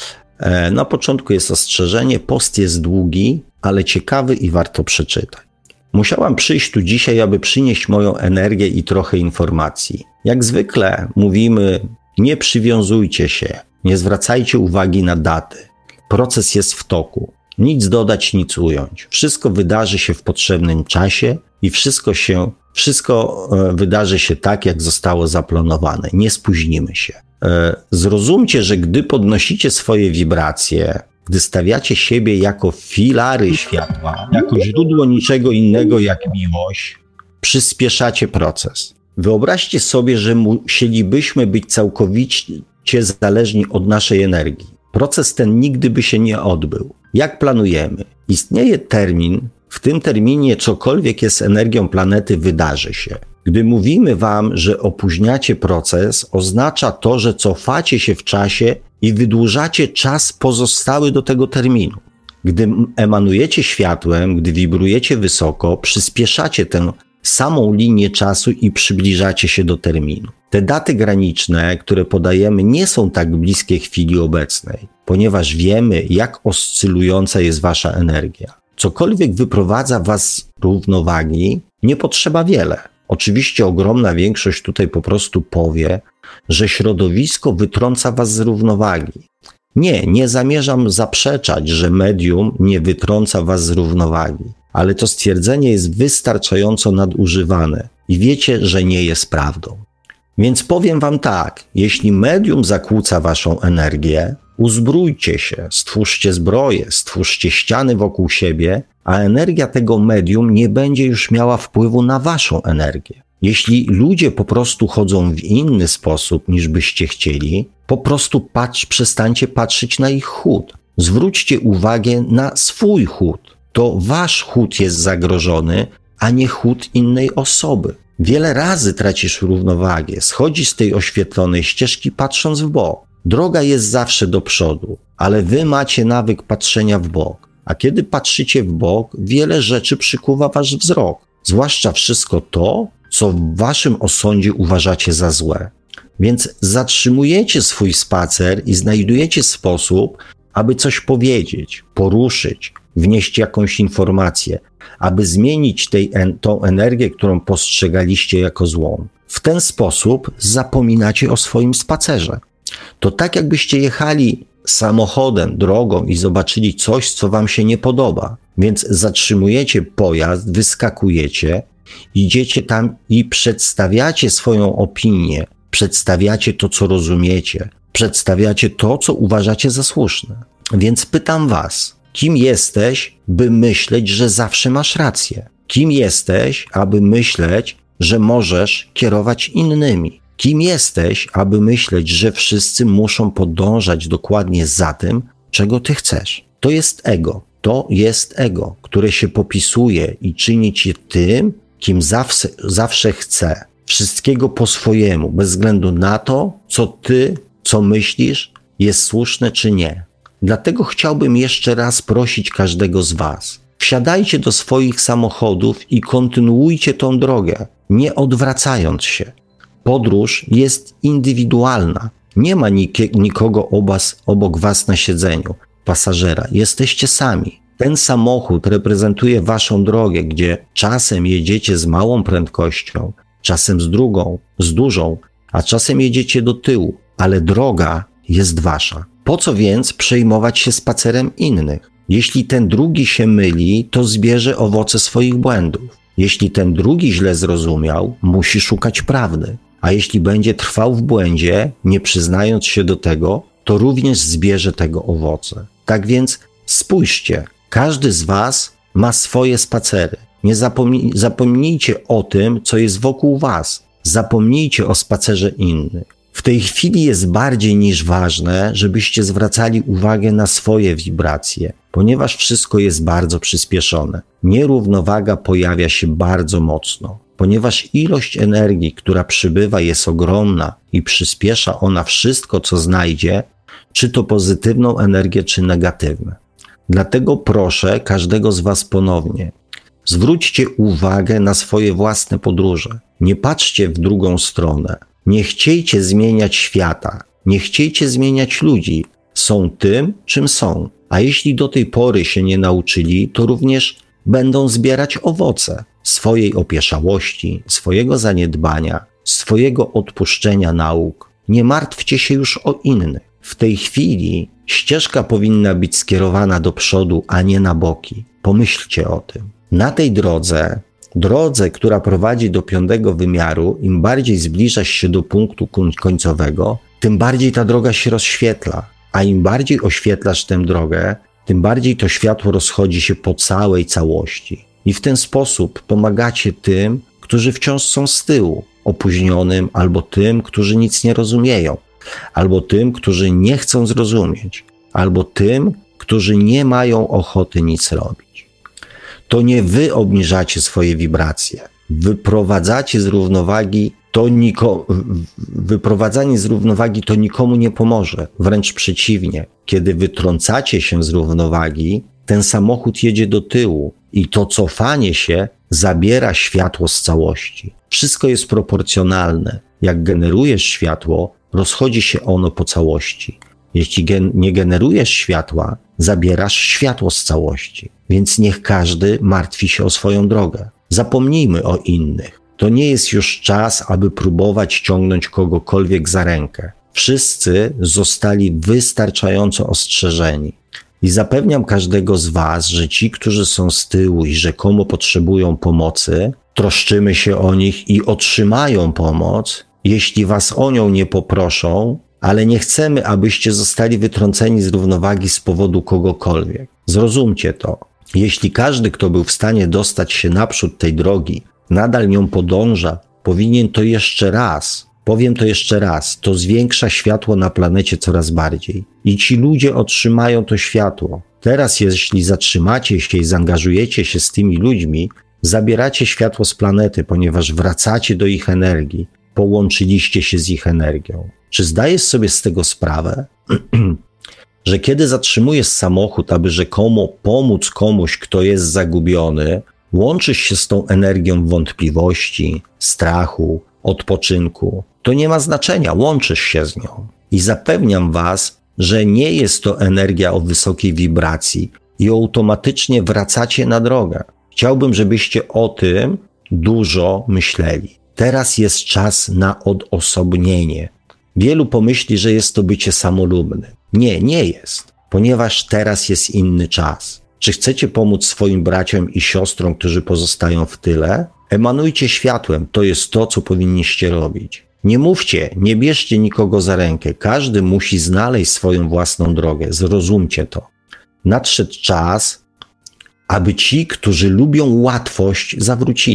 Na początku jest ostrzeżenie, post jest długi, ale ciekawy i warto przeczytać. Musiałam przyjść tu dzisiaj, aby przynieść moją energię i trochę informacji. Jak zwykle mówimy, nie przywiązujcie się, nie zwracajcie uwagi na daty. Proces jest w toku. Nic dodać, nic ująć. Wszystko wydarzy się w potrzebnym czasie i wszystko się, wszystko wydarzy się tak, jak zostało zaplanowane. Nie spóźnimy się. Zrozumcie, że gdy podnosicie swoje wibracje, gdy stawiacie siebie jako filary światła, jako źródło niczego innego jak miłość, przyspieszacie proces. Wyobraźcie sobie, że musielibyśmy być całkowicie zależni od naszej energii. Proces ten nigdy by się nie odbył. Jak planujemy? Istnieje termin, w tym terminie cokolwiek jest energią planety, wydarzy się. Gdy mówimy wam, że opóźniacie proces, oznacza to, że cofacie się w czasie i wydłużacie czas pozostały do tego terminu. Gdy emanujecie światłem, gdy wibrujecie wysoko, przyspieszacie tę samą linię czasu i przybliżacie się do terminu. Te daty graniczne, które podajemy, nie są tak bliskie chwili obecnej, ponieważ wiemy, jak oscylująca jest wasza energia. Cokolwiek wyprowadza was z równowagi, nie potrzeba wiele. Oczywiście ogromna większość tutaj po prostu powie, że środowisko wytrąca was z równowagi. Nie, nie zamierzam zaprzeczać, że medium nie wytrąca was z równowagi, ale to stwierdzenie jest wystarczająco nadużywane i wiecie, że nie jest prawdą. Więc powiem wam tak, jeśli medium zakłóca waszą energię, uzbrójcie się, stwórzcie zbroję, stwórzcie ściany wokół siebie, a energia tego medium nie będzie już miała wpływu na waszą energię. Jeśli ludzie po prostu chodzą w inny sposób niż byście chcieli, po prostu patrz, przestańcie patrzeć na ich chód. Zwróćcie uwagę na swój chód. To wasz chód jest zagrożony, a nie chód innej osoby. Wiele razy tracisz równowagę, schodzi z tej oświetlonej ścieżki patrząc w bok. Droga jest zawsze do przodu, ale wy macie nawyk patrzenia w bok. A kiedy patrzycie w bok, wiele rzeczy przykuwa wasz wzrok. Zwłaszcza wszystko to, co w waszym osądzie uważacie za złe. Więc zatrzymujecie swój spacer i znajdujecie sposób, aby coś powiedzieć, poruszyć, wnieść jakąś informację, aby zmienić tej, tą energię, którą postrzegaliście jako złą. W ten sposób zapominacie o swoim spacerze. To tak, jakbyście jechali samochodem, drogą i zobaczyli coś, co wam się nie podoba. Więc zatrzymujecie pojazd, wyskakujecie, idziecie tam i przedstawiacie swoją opinię, przedstawiacie to, co rozumiecie, przedstawiacie to, co uważacie za słuszne. Więc pytam was, kim jesteś, by myśleć, że zawsze masz rację? Kim jesteś, aby myśleć, że możesz kierować innymi. Kim jesteś, aby myśleć, że wszyscy muszą podążać dokładnie za tym, czego ty chcesz? To jest ego. To jest ego, które się popisuje i czyni cię tym, kim zawsze, zawsze chce. Wszystkiego po swojemu, bez względu na to, co ty, co myślisz, jest słuszne czy nie. Dlatego chciałbym jeszcze raz prosić każdego z was. Wsiadajcie do swoich samochodów i kontynuujcie tą drogę, nie odwracając się. Podróż jest indywidualna. Nie ma nik- nikogo obas, obok was na siedzeniu, pasażera. Jesteście sami. Ten samochód reprezentuje waszą drogę, gdzie czasem jedziecie z małą prędkością, czasem z drugą, z dużą, a czasem jedziecie do tyłu, ale droga jest wasza. Po co więc przejmować się spacerem innych? Jeśli ten drugi się myli, to zbierze owoce swoich błędów. Jeśli ten drugi źle zrozumiał, musi szukać prawdy. A jeśli będzie trwał w błędzie, nie przyznając się do tego, to również zbierze tego owoce. Tak więc spójrzcie, każdy z was ma swoje spacery. Nie zapomnij, zapomnijcie o tym, co jest wokół was. Zapomnijcie o spacerze innych. W tej chwili jest bardziej niż ważne, żebyście zwracali uwagę na swoje wibracje, ponieważ wszystko jest bardzo przyspieszone. Nierównowaga pojawia się bardzo mocno, ponieważ ilość energii, która przybywa, jest ogromna i przyspiesza ona wszystko, co znajdzie, czy to pozytywną energię, czy negatywną. Dlatego proszę każdego z was ponownie, zwróćcie uwagę na swoje własne podróże. Nie patrzcie w drugą stronę. Nie chciejcie zmieniać świata. Nie chciejcie zmieniać ludzi. Są tym, czym są. A jeśli do tej pory się nie nauczyli, to również będą zbierać owoce swojej opieszałości, swojego zaniedbania, swojego odpuszczenia nauk. Nie martwcie się już o innych. W tej chwili ścieżka powinna być skierowana do przodu, a nie na boki. Pomyślcie o tym. Na tej drodze, drodze, która prowadzi do piątego wymiaru, im bardziej zbliżasz się do punktu końcowego, tym bardziej ta droga się rozświetla. A im bardziej oświetlasz tę drogę, tym bardziej to światło rozchodzi się po całej całości. I w ten sposób pomagacie tym, którzy wciąż są z tyłu, opóźnionym, albo tym, którzy nic nie rozumieją, albo tym, którzy nie chcą zrozumieć, albo tym, którzy nie mają ochoty nic robić. To nie wy obniżacie swoje wibracje. Wyprowadzacie z równowagi to niko, wyprowadzanie z równowagi to nikomu nie pomoże. Wręcz przeciwnie. Kiedy wytrącacie się z równowagi, ten samochód jedzie do tyłu i to cofanie się zabiera światło z całości. Wszystko jest proporcjonalne. Jak generujesz światło, rozchodzi się ono po całości. Jeśli gen- nie generujesz światła, zabierasz światło z całości. Więc niech każdy martwi się o swoją drogę. Zapomnijmy o innych. To nie jest już czas, aby próbować ciągnąć kogokolwiek za rękę. Wszyscy zostali wystarczająco ostrzeżeni. I zapewniam każdego z was, że ci, którzy są z tyłu i rzekomo potrzebują pomocy, troszczymy się o nich i otrzymają pomoc, jeśli was o nią nie poproszą, ale nie chcemy, abyście zostali wytrąceni z równowagi z powodu kogokolwiek. Zrozumcie to. Jeśli każdy, kto był w stanie dostać się naprzód tej drogi, nadal nią podąża, powinien to jeszcze raz, powiem to jeszcze raz, to zwiększa światło na planecie coraz bardziej. I ci ludzie otrzymają to światło. Teraz, jeśli zatrzymacie się i zaangażujecie się z tymi ludźmi, zabieracie światło z planety, ponieważ wracacie do ich energii, połączyliście się z ich energią. Czy zdajesz sobie z tego sprawę, że kiedy zatrzymujesz samochód, aby rzekomo pomóc komuś, kto jest zagubiony, łączysz się z tą energią wątpliwości, strachu, odpoczynku. To nie ma znaczenia, łączysz się z nią. I zapewniam was, że nie jest to energia o wysokiej wibracji i automatycznie wracacie na drogę. Chciałbym, żebyście o tym dużo myśleli. Teraz jest czas na odosobnienie. Wielu pomyśli, że jest to bycie samolubnym. Nie, nie jest, ponieważ teraz jest inny czas. Czy chcecie pomóc swoim braciom i siostrom, którzy pozostają w tyle? Emanujcie światłem, to jest to, co powinniście robić. Nie mówcie, nie bierzcie nikogo za rękę, każdy musi znaleźć swoją własną drogę, zrozumcie to. Nadszedł czas, aby ci, którzy lubią łatwość, zawrócili.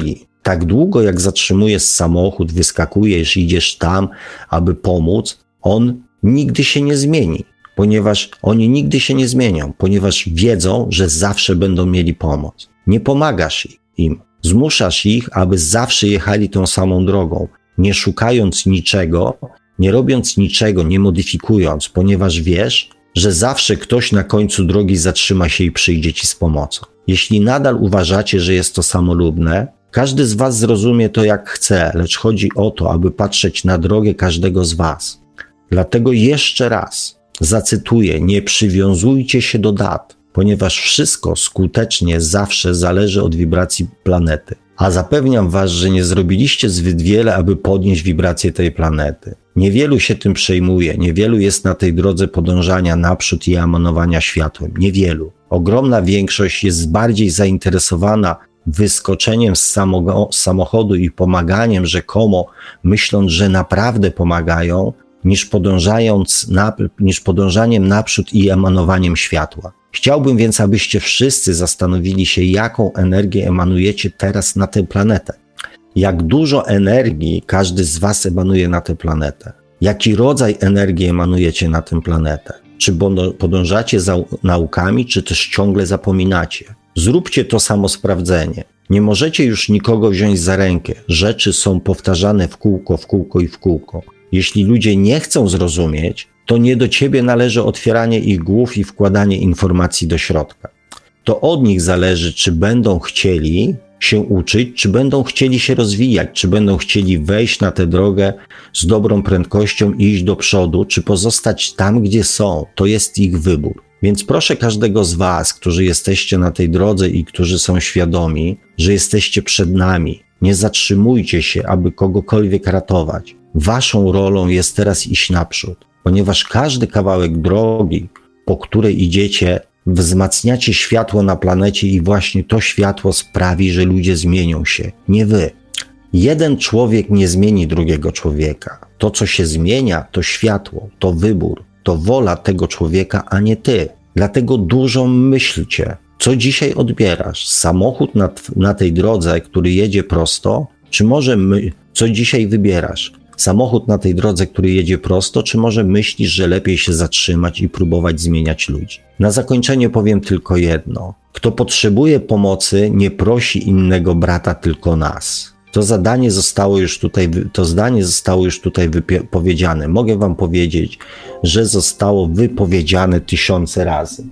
tak długo jak zatrzymujesz samochód, wyskakujesz, idziesz tam, aby pomóc, on nigdy się nie zmieni, ponieważ oni nigdy się nie zmienią, ponieważ wiedzą, że zawsze będą mieli pomoc. Nie pomagasz im, zmuszasz ich, aby zawsze jechali tą samą drogą, nie szukając niczego, nie robiąc niczego, nie modyfikując, ponieważ wiesz, że zawsze ktoś na końcu drogi zatrzyma się i przyjdzie ci z pomocą. Jeśli nadal uważacie, że jest to samolubne, każdy z was zrozumie to jak chce, lecz chodzi o to, aby patrzeć na drogę każdego z was. Dlatego jeszcze raz zacytuję, nie przywiązujcie się do dat, ponieważ wszystko skutecznie zawsze zależy od wibracji planety. A zapewniam was, że nie zrobiliście zbyt wiele, aby podnieść wibrację tej planety. Niewielu się tym przejmuje, niewielu jest na tej drodze podążania naprzód i emanowania światłem. Niewielu. Ogromna większość jest bardziej zainteresowana wyskoczeniem z, samogo- z samochodu i pomaganiem rzekomo, myśląc, że naprawdę pomagają, niż podążając na, niż podążaniem naprzód i emanowaniem światła. Chciałbym więc, abyście wszyscy zastanowili się, jaką energię emanujecie teraz na tę planetę. Jak dużo energii każdy z was emanuje na tę planetę. Jaki rodzaj energii emanujecie na tę planetę. Czy podążacie za naukami, czy też ciągle zapominacie. Zróbcie to samo sprawdzenie. Nie możecie już nikogo wziąć za rękę. Rzeczy są powtarzane w kółko, w kółko i w kółko. Jeśli ludzie nie chcą zrozumieć, to nie do ciebie należy otwieranie ich głów i wkładanie informacji do środka. To od nich zależy, czy będą chcieli się uczyć, czy będą chcieli się rozwijać, czy będą chcieli wejść na tę drogę z dobrą prędkością i iść do przodu, czy pozostać tam, gdzie są. To jest ich wybór. Więc proszę każdego z was, którzy jesteście na tej drodze i którzy są świadomi, że jesteście przed nami, nie zatrzymujcie się, aby kogokolwiek ratować. Waszą rolą jest teraz iść naprzód, ponieważ każdy kawałek drogi, po której idziecie, wzmacniacie światło na planecie i właśnie to światło sprawi, że ludzie zmienią się, nie wy. Jeden człowiek nie zmieni drugiego człowieka. To, co się zmienia, to światło, to wybór, to wola tego człowieka, a nie ty. Dlatego dużo myślcie, co dzisiaj odbierasz. Samochód na, na tej drodze, który jedzie prosto, czy może my, co dzisiaj wybierasz? Samochód na tej drodze, który jedzie prosto, czy może myślisz, że lepiej się zatrzymać i próbować zmieniać ludzi? Na zakończenie powiem tylko jedno. Kto potrzebuje pomocy, nie prosi innego brata, tylko nas. To zadanie zostało już tutaj, to zdanie zostało już tutaj wypowiedziane. Mogę wam powiedzieć, że zostało wypowiedziane tysiące razy.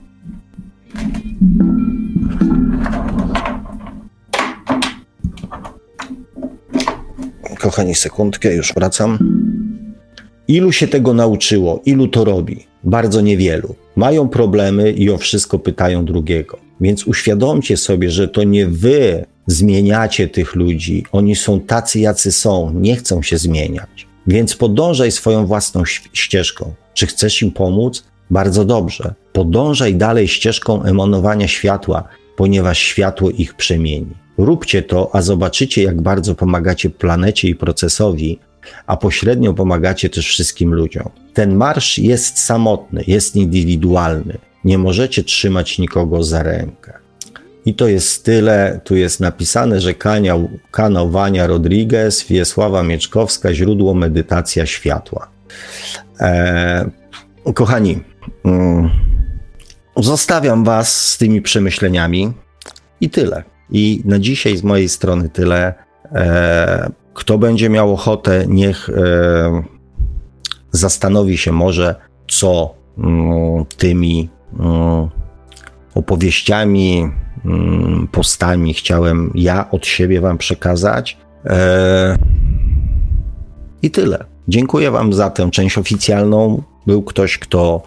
Kochani, sekundkę, już wracam. Ilu się tego nauczyło? Ilu to robi? Bardzo niewielu. Mają problemy i o wszystko pytają drugiego. Więc uświadomcie sobie, że to nie wy zmieniacie tych ludzi. Oni są tacy, jacy są. Nie chcą się zmieniać. Więc podążaj swoją własną ścieżką. Czy chcesz im pomóc? Bardzo dobrze. Podążaj dalej ścieżką emanowania światła, ponieważ światło ich przemieni. Róbcie to, a zobaczycie, jak bardzo pomagacie planecie i procesowi, a pośrednio pomagacie też wszystkim ludziom. Ten marsz jest samotny, jest indywidualny. Nie możecie trzymać nikogo za rękę. I to jest tyle. Tu jest napisane, że kanał, kanał Wania Rodriguez, Wiesława Mieczkowska, źródło medytacja światła. Eee, kochani, mm, zostawiam was z tymi przemyśleniami i tyle. I na dzisiaj z mojej strony tyle. E, kto będzie miał ochotę, niech e, zastanowi się może, co mm, tymi mm, opowieściami, mm, postami chciałem ja od siebie wam przekazać. E, I tyle. Dziękuję wam za tę część oficjalną. Był ktoś, kto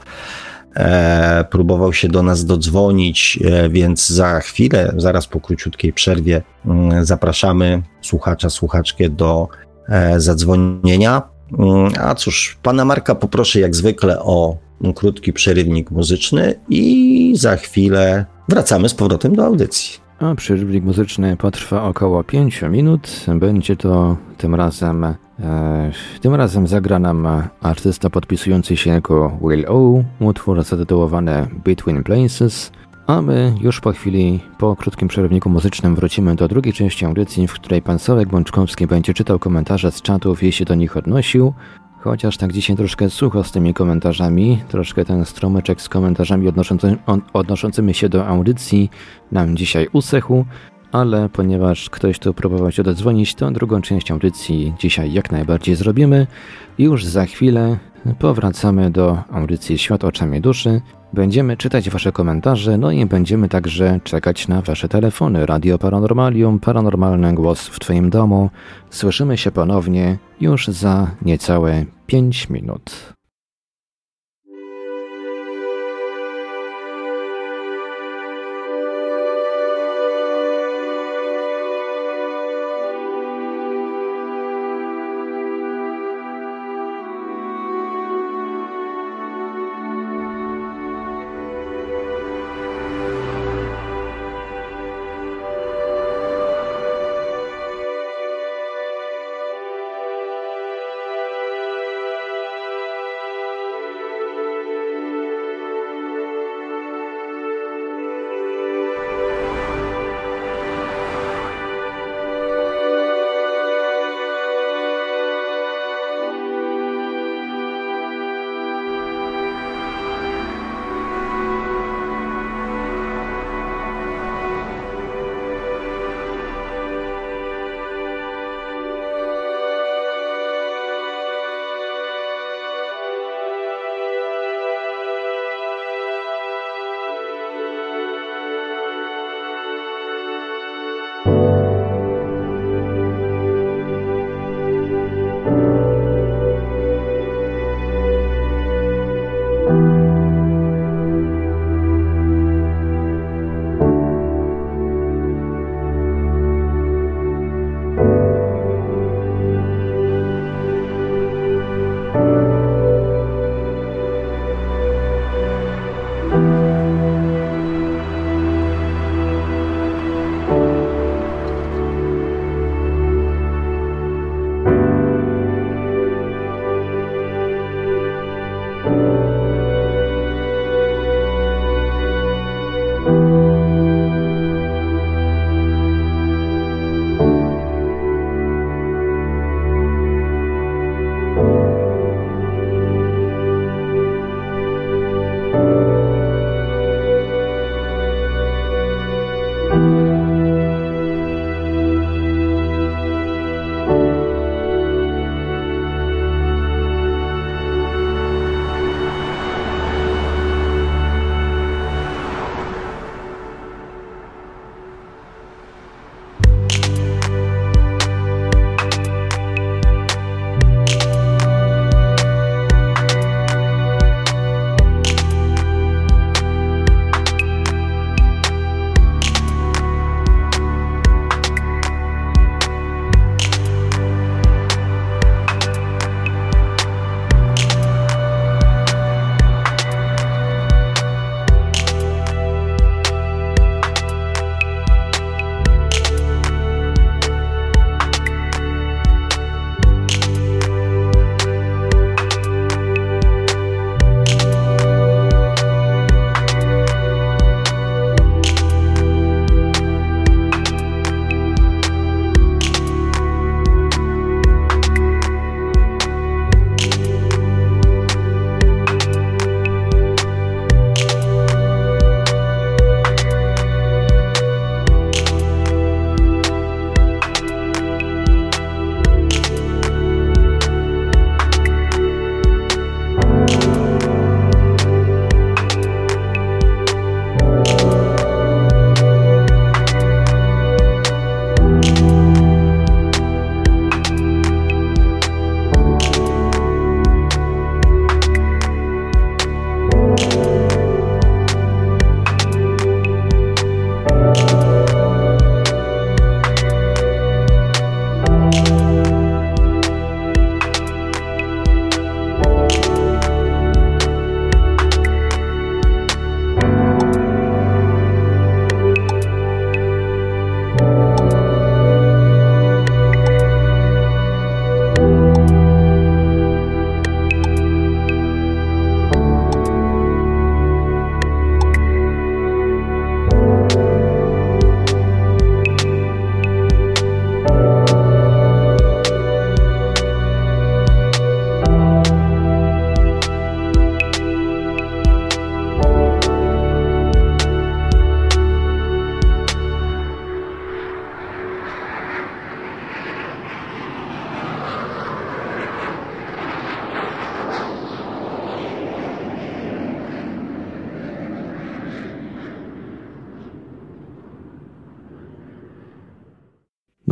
E, próbował się do nas dodzwonić, e, więc za chwilę, zaraz po króciutkiej przerwie m, zapraszamy słuchacza, słuchaczkę do e, zadzwonienia. Mm, a cóż, pana Marka poproszę jak zwykle o m, krótki przerywnik muzyczny i za chwilę wracamy z powrotem do audycji. A przerywnik muzyczny potrwa około pięć minut. Będzie to tym razem e, tym razem zagra nam artysta podpisujący się jako Will O, utwór zatytułowany Between Places. A my już po chwili, po krótkim przerwniku muzycznym wrócimy do drugiej części audycji, w której pan Sławek Bączkowski będzie czytał komentarze z czatów i się do nich odnosił. Chociaż tak dzisiaj troszkę sucho z tymi komentarzami, troszkę ten stromyczek z komentarzami odnoszący, odnoszącymi się do audycji nam dzisiaj usechł, ale ponieważ ktoś tu próbował się dodzwonić, to drugą część audycji dzisiaj jak najbardziej zrobimy. Już za chwilę powracamy do audycji Świat oczami duszy. Będziemy czytać wasze komentarze, no i będziemy także czekać na wasze telefony. Radio Paranormalium, paranormalny głos w twoim domu. Słyszymy się ponownie już za niecałe pięć minut.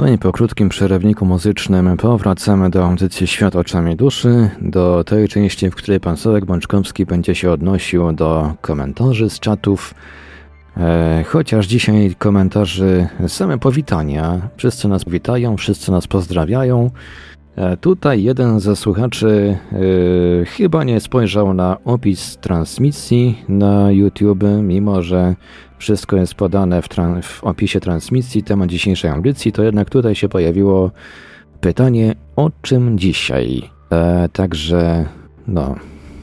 No i po krótkim przerywniku muzycznym powracamy do audycji Świat oczami duszy, do tej części, w której pan Sławek Bączkowski będzie się odnosił do komentarzy z czatów. E, chociaż dzisiaj komentarzy same powitania. Wszyscy nas witają, wszyscy nas pozdrawiają. E, tutaj jeden ze słuchaczy e, chyba nie spojrzał na opis transmisji na YouTube, mimo że wszystko jest podane w, tran- w opisie transmisji, temat dzisiejszej audycji, to jednak tutaj się pojawiło pytanie, o czym dzisiaj. E, także, no,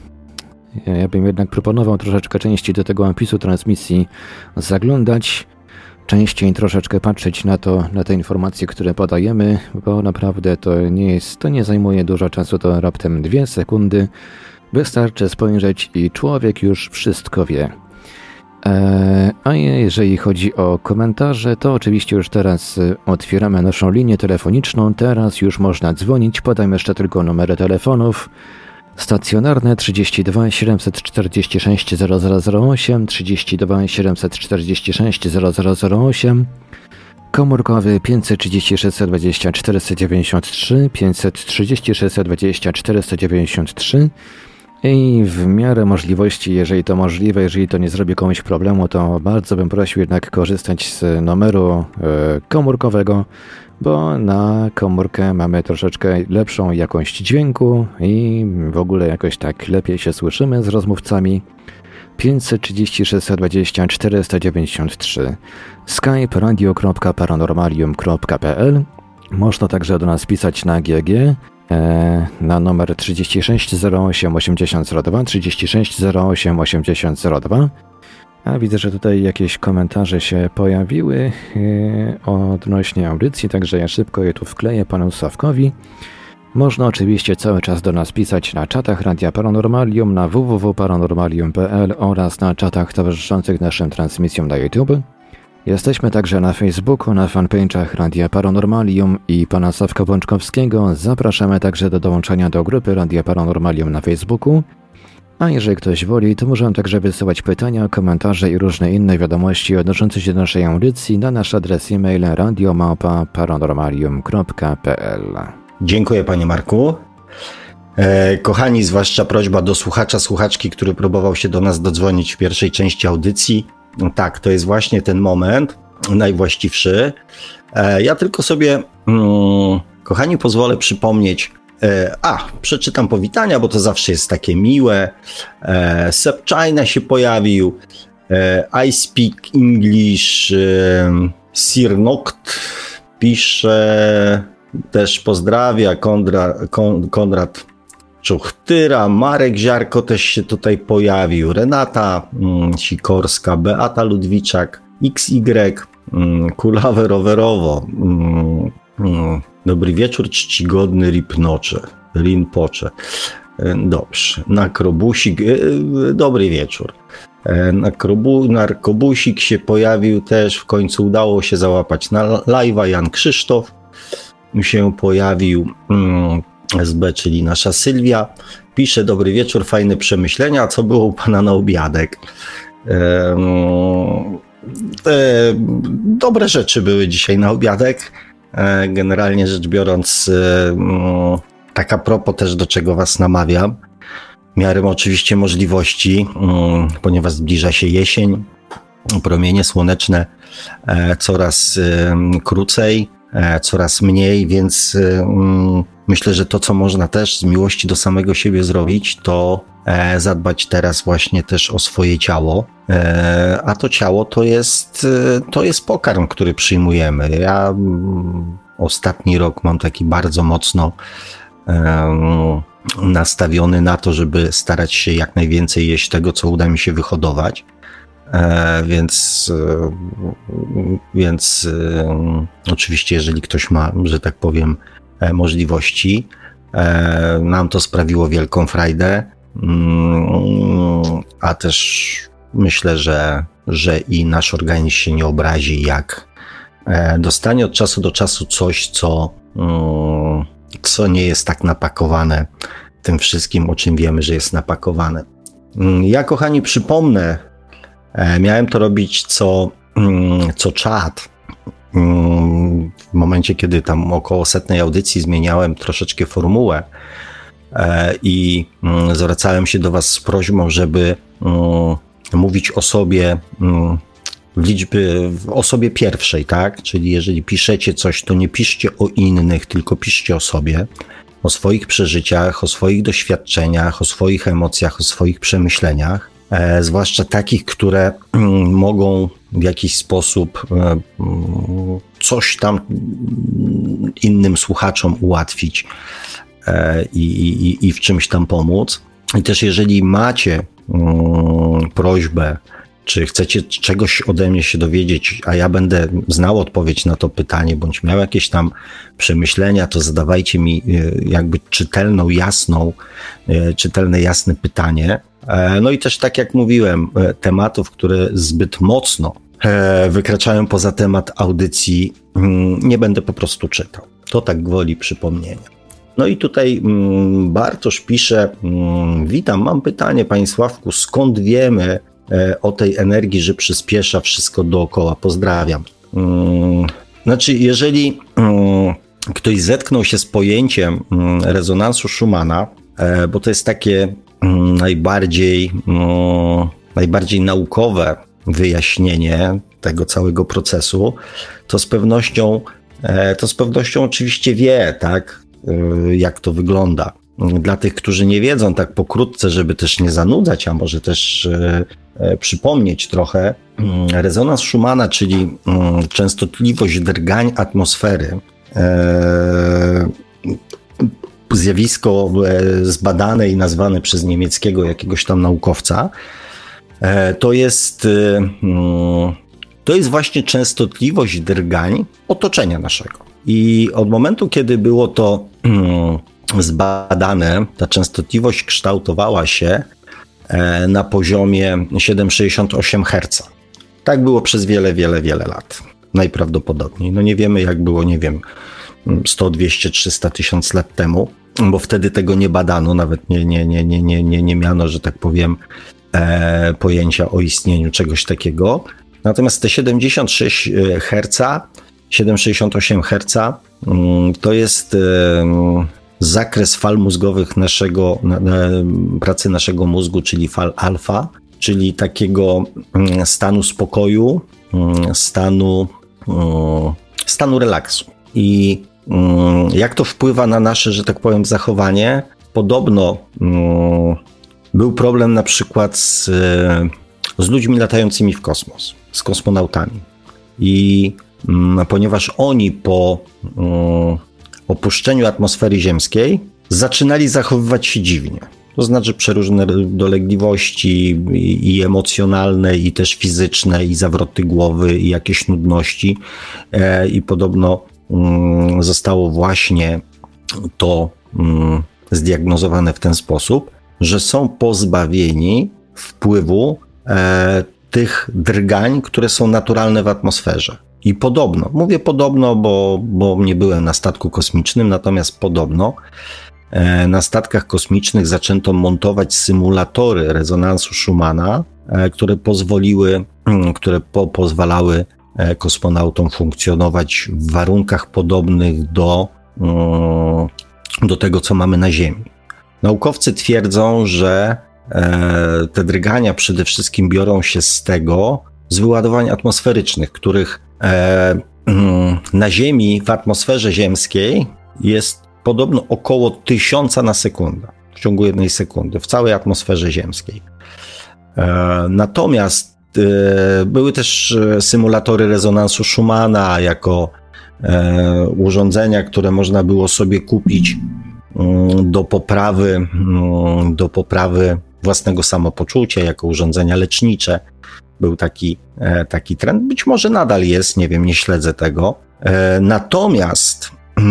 ja bym jednak proponował troszeczkę częściej do tego opisu transmisji zaglądać, częściej troszeczkę patrzeć na to, na te informacje, które podajemy, bo naprawdę to nie jest, to nie zajmuje dużo czasu, to raptem dwie sekundy. Wystarczy spojrzeć i człowiek już wszystko wie. A jeżeli chodzi o komentarze, to oczywiście już teraz otwieramy naszą linię telefoniczną. Teraz już można dzwonić. Podam jeszcze tylko numery telefonów. Stacjonarne trzydzieści dwa siedemset czterdzieści sześć zero zero zero osiem, trzydzieści dwa siedemset czterdzieści sześć zero zero zero osiem, komórkowy pięćset trzydzieści sześć dwadzieścia czterysta dziewięćdziesiąt trzy, pięćset trzydzieści sześć dwadzieścia czterysta dziewięćdziesiąt trzy. I w miarę możliwości, jeżeli to możliwe, jeżeli to nie zrobi komuś problemu, to bardzo bym prosił jednak korzystać z numeru y, komórkowego, bo na komórkę mamy troszeczkę lepszą jakość dźwięku i w ogóle jakoś tak lepiej się słyszymy z rozmówcami. pięćset trzydzieści sześć dwadzieścia czterysta dziewięćdziesiąt trzy, skype radio kropka paranormalium kropka p l. Można także do nas pisać na G G na numer trzydzieści sześć zero osiem osiemdziesiąt zero dwa, trzydzieści sześć zero osiem osiemdziesiąt zero dwa. A widzę, że tutaj jakieś komentarze się pojawiły odnośnie audycji, także ja szybko je tu wkleję panu Sławkowi. Można oczywiście cały czas do nas pisać na czatach Radia Paranormalium, na w w w kropka paranormalium kropka p l oraz na czatach towarzyszących naszym transmisjom na YouTube. Jesteśmy także na Facebooku, na fanpage'ach Radia Paranormalium i pana Sławka Bączkowskiego. Zapraszamy także do dołączenia do grupy Radia Paranormalium na Facebooku. A jeżeli ktoś woli, to możemy także wysyłać pytania, komentarze i różne inne wiadomości odnoszące się do naszej audycji na nasz adres e-mail radio małpa paranormalium kropka p l. Dziękuję, panie Marku. E, kochani, zwłaszcza prośba do słuchacza, słuchaczki, który próbował się do nas dodzwonić w pierwszej części audycji. Tak, to jest właśnie ten moment najwłaściwszy. E, ja tylko sobie, mm, kochani, pozwolę przypomnieć, e, a, przeczytam powitania, bo to zawsze jest takie miłe. E, Seb China się pojawił, e, I speak English, e, Sir Noct pisze, też pozdrawia, Kondra, Kon, Konrad Czuchtyra, Marek Ziarko też się tutaj pojawił, Renata mm, Sikorska, Beata Ludwiczak, X Y, mm, Kulawe Rowerowo, mm, mm, dobry wieczór, czcigodny Ripnocze, Rinpoche, dobrze, Nakrobusik, dobry wieczór, Nakrobu, Narkobusik się pojawił też, w końcu udało się załapać na live'a, Jan Krzysztof się pojawił, mm, S B, czyli nasza Sylwia, pisze, dobry wieczór, fajne przemyślenia, a co było u pana na obiadek? E, e, dobre rzeczy były dzisiaj na obiadek, e, generalnie rzecz biorąc, e, tak a propos też, do czego was namawiam, miarę oczywiście możliwości, e, ponieważ zbliża się jesień, promienie słoneczne e, coraz e, krócej, e, coraz mniej, więc e, myślę, że to, co można też z miłości do samego siebie zrobić, to e, zadbać teraz właśnie też o swoje ciało, e, a to ciało to jest, e, to jest pokarm, który przyjmujemy. Ja m, ostatni rok mam taki bardzo mocno e, nastawiony na to, żeby starać się jak najwięcej jeść tego, co uda mi się wyhodować. E, więc e, więc e, oczywiście, jeżeli ktoś ma, że tak powiem, e, możliwości, e, nam to sprawiło wielką frajdę, mm, a też myślę, że, że i nasz organizm się nie obrazi, jak e, dostanie od czasu do czasu coś, co, mm, co nie jest tak napakowane tym wszystkim, o czym wiemy, że jest napakowane. Ja, kochani, przypomnę, miałem to robić co, co czat. w momencie, kiedy tam około setnej audycji zmieniałem troszeczkę formułę i zwracałem się do was z prośbą, żeby mówić o sobie w liczbie, w osobie pierwszej, tak? Czyli jeżeli piszecie coś, to nie piszcie o innych, tylko piszcie o sobie, o swoich przeżyciach, o swoich doświadczeniach, o swoich emocjach, o swoich przemyśleniach, e, zwłaszcza takich, które mm, mogą w jakiś sposób e, coś tam innym słuchaczom ułatwić e, i, i, i w czymś tam pomóc. I też jeżeli macie mm, prośbę, czy chcecie czegoś ode mnie się dowiedzieć, a ja będę znał odpowiedź na to pytanie, bądź miał jakieś tam przemyślenia, to zadawajcie mi jakby czytelną, jasną, czytelne, jasne pytanie. No i też tak jak mówiłem, tematów, które zbyt mocno wykraczają poza temat audycji, nie będę po prostu czytał. To tak gwoli przypomnienia. No i tutaj Bartosz pisze, witam, mam pytanie, panie Sławku, skąd wiemy o tej energii, że przyspiesza wszystko dookoła? Pozdrawiam. Znaczy, jeżeli ktoś zetknął się z pojęciem rezonansu Schumana, bo to jest takie najbardziej, najbardziej naukowe wyjaśnienie tego całego procesu, to z pewnością, to z pewnością oczywiście wie, tak, jak to wygląda. Dla tych, którzy nie wiedzą, tak pokrótce, żeby też nie zanudzać, a może też e, e, przypomnieć trochę, rezonans Schumana, czyli e, częstotliwość drgań atmosfery, e, zjawisko e, zbadane i nazwane przez niemieckiego jakiegoś tam naukowca, e, to jest, e, to jest właśnie częstotliwość drgań otoczenia naszego. I od momentu, kiedy było to e, zbadane, ta częstotliwość kształtowała się na poziomie siedem przecinek sześćdziesiąt osiem herca. Tak było przez wiele, wiele, wiele lat. Najprawdopodobniej. No nie wiemy, jak było, nie wiem, sto, dwieście, trzysta tysięcy lat temu, bo wtedy tego nie badano, nawet nie, nie, nie, nie, nie, nie, nie miano, że tak powiem, e, pojęcia o istnieniu czegoś takiego. Natomiast te siedemdziesiąt sześć herca, siedem przecinek sześćdziesiąt osiem herca, to jest e, zakres fal mózgowych naszego, na, na, pracy naszego mózgu, czyli fal alfa, czyli takiego stanu spokoju, stanu, stanu relaksu. I jak to wpływa na nasze, że tak powiem, zachowanie? Podobno był problem na przykład z, z ludźmi latającymi w kosmos, z kosmonautami. I ponieważ oni po opuszczeniu atmosfery ziemskiej zaczynali zachowywać się dziwnie. To znaczy przeróżne dolegliwości i, i emocjonalne, i też fizyczne, i zawroty głowy, i jakieś nudności. E, I podobno mm, zostało właśnie to mm, zdiagnozowane w ten sposób, że są pozbawieni wpływu e, tych drgań, które są naturalne w atmosferze. I podobno, mówię podobno, bo, bo nie byłem na statku kosmicznym, natomiast podobno e, na statkach kosmicznych zaczęto montować symulatory rezonansu Schumana, e, które pozwoliły, m, które po, pozwalały e, kosmonautom funkcjonować w warunkach podobnych do, m, do tego, co mamy na Ziemi. Naukowcy twierdzą, że e, te drgania przede wszystkim biorą się z tego, z wyładowań atmosferycznych, których e, na Ziemi, w atmosferze ziemskiej jest podobno około tysiąca na sekundę, w ciągu jednej sekundy, w całej atmosferze ziemskiej. E, natomiast e, były też symulatory rezonansu Schumana jako e, urządzenia, które można było sobie kupić m, do poprawy, m, do poprawy własnego samopoczucia, jako urządzenia lecznicze. Był taki, taki trend, być może nadal jest, nie wiem, nie śledzę tego. Natomiast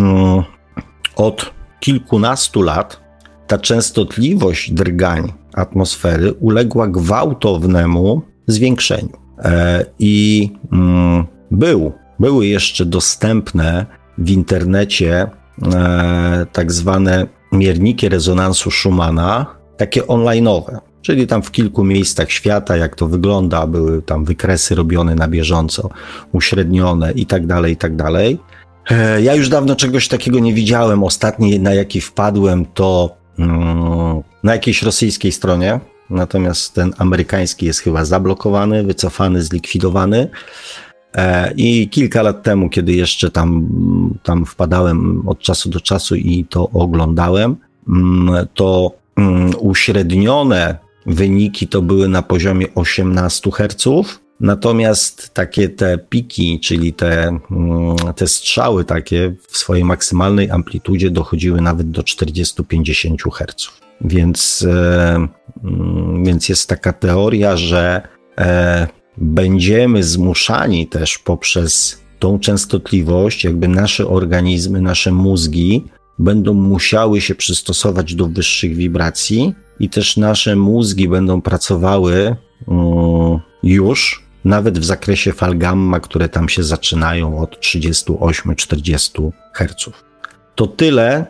od kilkunastu lat ta częstotliwość drgań atmosfery uległa gwałtownemu zwiększeniu. I był, były jeszcze dostępne w internecie tak zwane mierniki rezonansu Schumana, takie online'owe. Czyli tam w kilku miejscach świata, jak to wygląda, były tam wykresy robione na bieżąco, uśrednione i tak dalej, i tak dalej. Ja już dawno czegoś takiego nie widziałem. Ostatni, na jaki wpadłem, to mm, na jakiejś rosyjskiej stronie. Natomiast ten amerykański jest chyba zablokowany, wycofany, zlikwidowany. I kilka lat temu, kiedy jeszcze tam, tam wpadałem od czasu do czasu i to oglądałem, to uśrednione wyniki to były na poziomie osiemnaście herców, natomiast takie te piki, czyli te, te strzały takie w swojej maksymalnej amplitudzie dochodziły nawet do czterdzieści do pięćdziesięciu herców. Więc, więc jest taka teoria, że będziemy zmuszani też poprzez tą częstotliwość, jakby nasze organizmy, nasze mózgi będą musiały się przystosować do wyższych wibracji i też nasze mózgi będą pracowały um, już nawet w zakresie fal gamma, które tam się zaczynają od trzydziestu ośmiu do czterdziestu herców. To tyle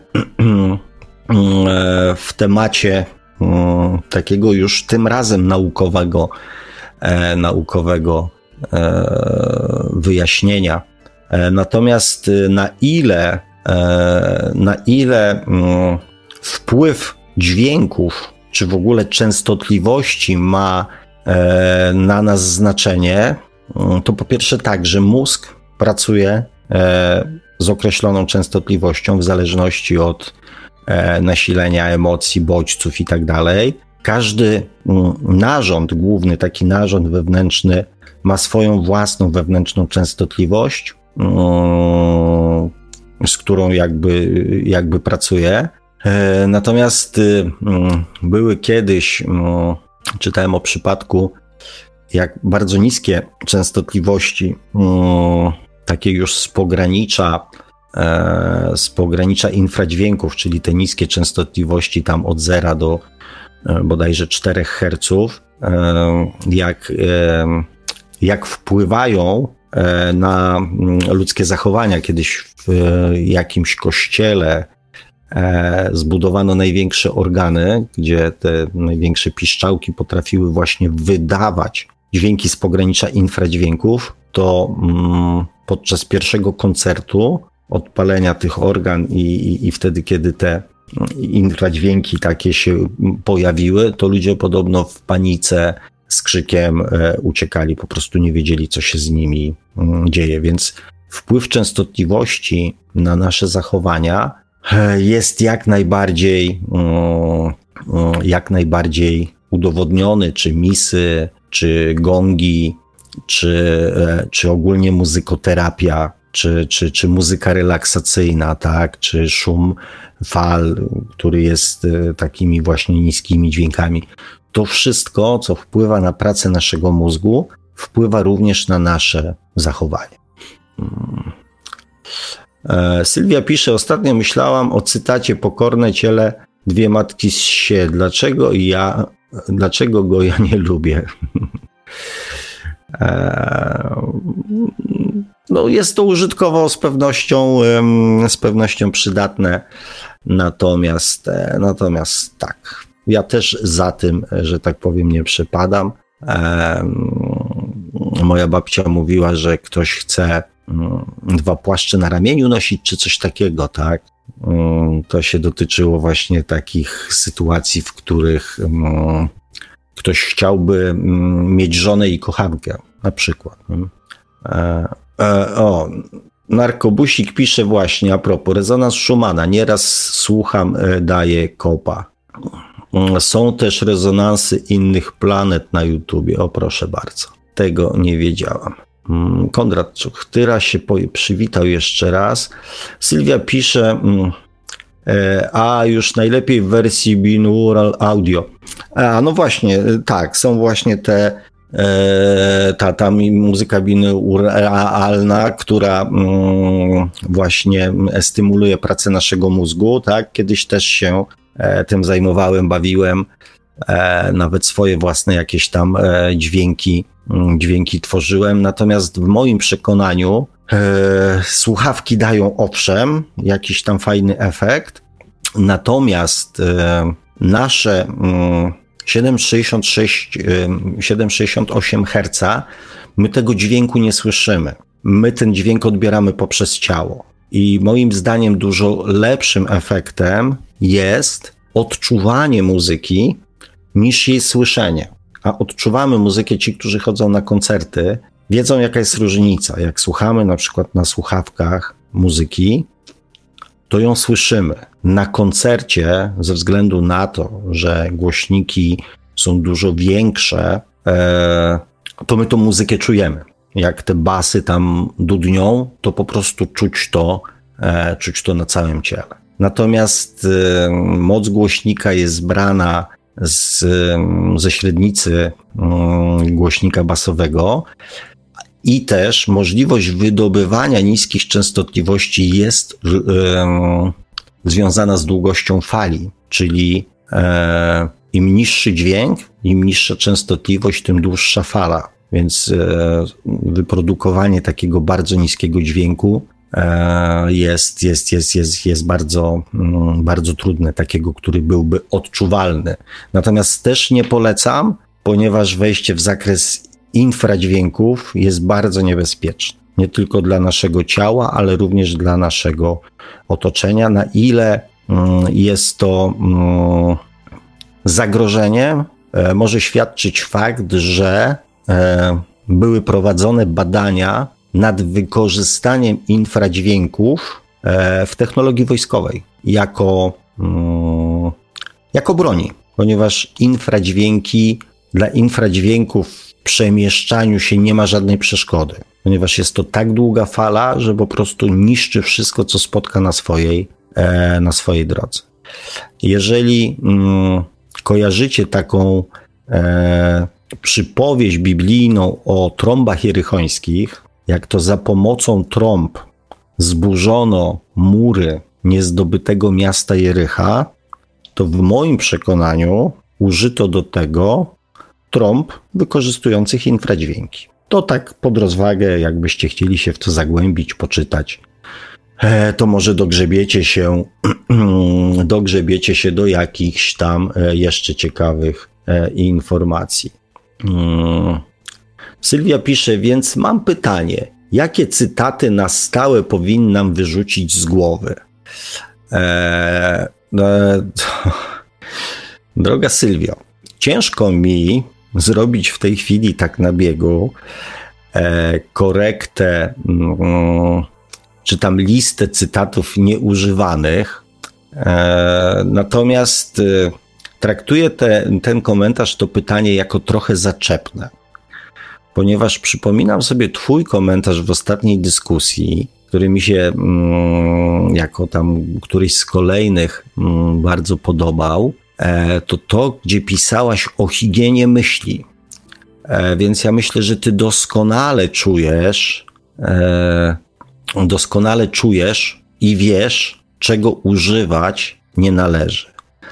w temacie um, takiego już tym razem naukowego E, naukowego e, wyjaśnienia. E, natomiast na ile, e, na ile mm, wpływ dźwięków, czy w ogóle częstotliwości ma e, na nas znaczenie, to po pierwsze tak, że mózg pracuje e, z określoną częstotliwością w zależności od e, nasilenia emocji, bodźców i tak dalej. Każdy narząd, główny taki narząd wewnętrzny ma swoją własną wewnętrzną częstotliwość, z którą jakby, jakby pracuje. Natomiast były kiedyś, czytałem o przypadku, jak bardzo niskie częstotliwości, takie już z pogranicza, z pogranicza infradźwięków, czyli te niskie częstotliwości tam od zera do bodajże czterech herców, jak, jak wpływają na ludzkie zachowania. Kiedyś w jakimś kościele zbudowano największe organy, gdzie te największe piszczałki potrafiły właśnie wydawać dźwięki z pogranicza infradźwięków, to podczas pierwszego koncertu, odpalenia tych organ i, i, i wtedy, kiedy te infradźwięki takie się pojawiły, to ludzie podobno w panice z krzykiem e, uciekali, po prostu nie wiedzieli, co się z nimi m, dzieje, więc wpływ częstotliwości na nasze zachowania e, jest jak najbardziej m, m, jak najbardziej udowodniony, czy misy, czy gongi, czy, e, czy ogólnie muzykoterapia, czy, czy, czy muzyka relaksacyjna, tak, czy szum fal, który jest takimi właśnie niskimi dźwiękami. To wszystko, co wpływa na pracę naszego mózgu, wpływa również na nasze zachowanie. Hmm. E, Sylwia pisze, ostatnio myślałam o cytacie Pokorne ciele, dwie matki z sie. Dlaczego ja, dlaczego go ja nie lubię? e, No, jest to użytkowo z pewnością, z pewnością przydatne, natomiast, natomiast tak, ja też za tym, że tak powiem, nie przepadam. Moja babcia mówiła, że ktoś chce dwa płaszcze na ramieniu nosić, czy coś takiego, tak? To się dotyczyło właśnie takich sytuacji, w których ktoś chciałby mieć żonę i kochankę, na przykład. E, o, Narkobusik pisze właśnie a propos, rezonans Schumana, nieraz słucham, e, daje kopa. Są też rezonansy innych planet na YouTubie, o proszę bardzo, tego nie wiedziałam. Konrad Czuchtyra się przywitał jeszcze raz. Sylwia pisze, e, a już najlepiej w wersji binaural audio. A no właśnie, tak, są właśnie te Ta, ta muzyka binauralna, która mm, właśnie stymuluje pracę naszego mózgu, tak? Kiedyś też się e, tym zajmowałem, bawiłem, e, nawet swoje własne jakieś tam e, dźwięki, m, dźwięki tworzyłem, natomiast w moim przekonaniu e, słuchawki dają owszem jakiś tam fajny efekt, natomiast e, nasze m, siedem przecinek sześćdziesiąt osiem herca, my tego dźwięku nie słyszymy. My ten dźwięk odbieramy poprzez ciało. I moim zdaniem dużo lepszym efektem jest odczuwanie muzyki niż jej słyszenie. A odczuwamy muzykę, ci, którzy chodzą na koncerty, wiedzą, jaka jest różnica. Jak słuchamy na przykład na słuchawkach muzyki, to ją słyszymy. Na koncercie, ze względu na to, że głośniki są dużo większe, e, to my tą muzykę czujemy. Jak te basy tam dudnią, to po prostu czuć to, e, czuć to na całym ciele. Natomiast e, moc głośnika jest brana z, ze średnicy e, głośnika basowego i też możliwość wydobywania niskich częstotliwości jest e, związana z długością fali, czyli e, im niższy dźwięk, im niższa częstotliwość, tym dłuższa fala. Więc e, wyprodukowanie takiego bardzo niskiego dźwięku e, jest, jest, jest, jest, jest bardzo, mm, bardzo trudne, takiego, który byłby odczuwalny. Natomiast też nie polecam, ponieważ wejście w zakres infradźwięków jest bardzo niebezpieczne. Nie tylko dla naszego ciała, ale również dla naszego otoczenia. Na ile mm, jest to mm, zagrożeniem, e, może świadczyć fakt, że e, były prowadzone badania nad wykorzystaniem infradźwięków e, w technologii wojskowej jako, mm, jako broni, ponieważ infradźwięki, dla infradźwięków w przemieszczaniu się nie ma żadnej przeszkody, ponieważ jest to tak długa fala, że po prostu niszczy wszystko, co spotka na swojej, e, na swojej drodze. Jeżeli mm, kojarzycie taką e, przypowieść biblijną o trąbach jerychońskich, jak to za pomocą trąb zburzono mury niezdobytego miasta Jericha, to w moim przekonaniu użyto do tego trąb wykorzystujących infradźwięki. To tak pod rozwagę, jakbyście chcieli się w to zagłębić, poczytać, to może dogrzebiecie się, dogrzebiecie się do jakichś tam jeszcze ciekawych informacji. Sylwia pisze, więc mam pytanie, jakie cytaty na stałe powinnam wyrzucić z głowy? Eee, no, droga Sylwio, ciężko mi zrobić w tej chwili tak na biegu e, korektę, mm, czy tam listę cytatów nieużywanych, e, natomiast e, traktuję te, ten komentarz, to pytanie jako trochę zaczepne, ponieważ przypominam sobie twój komentarz w ostatniej dyskusji, który mi się mm, jako tam któryś z kolejnych mm, bardzo podobał, e, to to, gdzie pisałaś o higienie myśli. E, więc ja myślę, że ty doskonale czujesz, e, doskonale czujesz i wiesz, czego używać nie należy.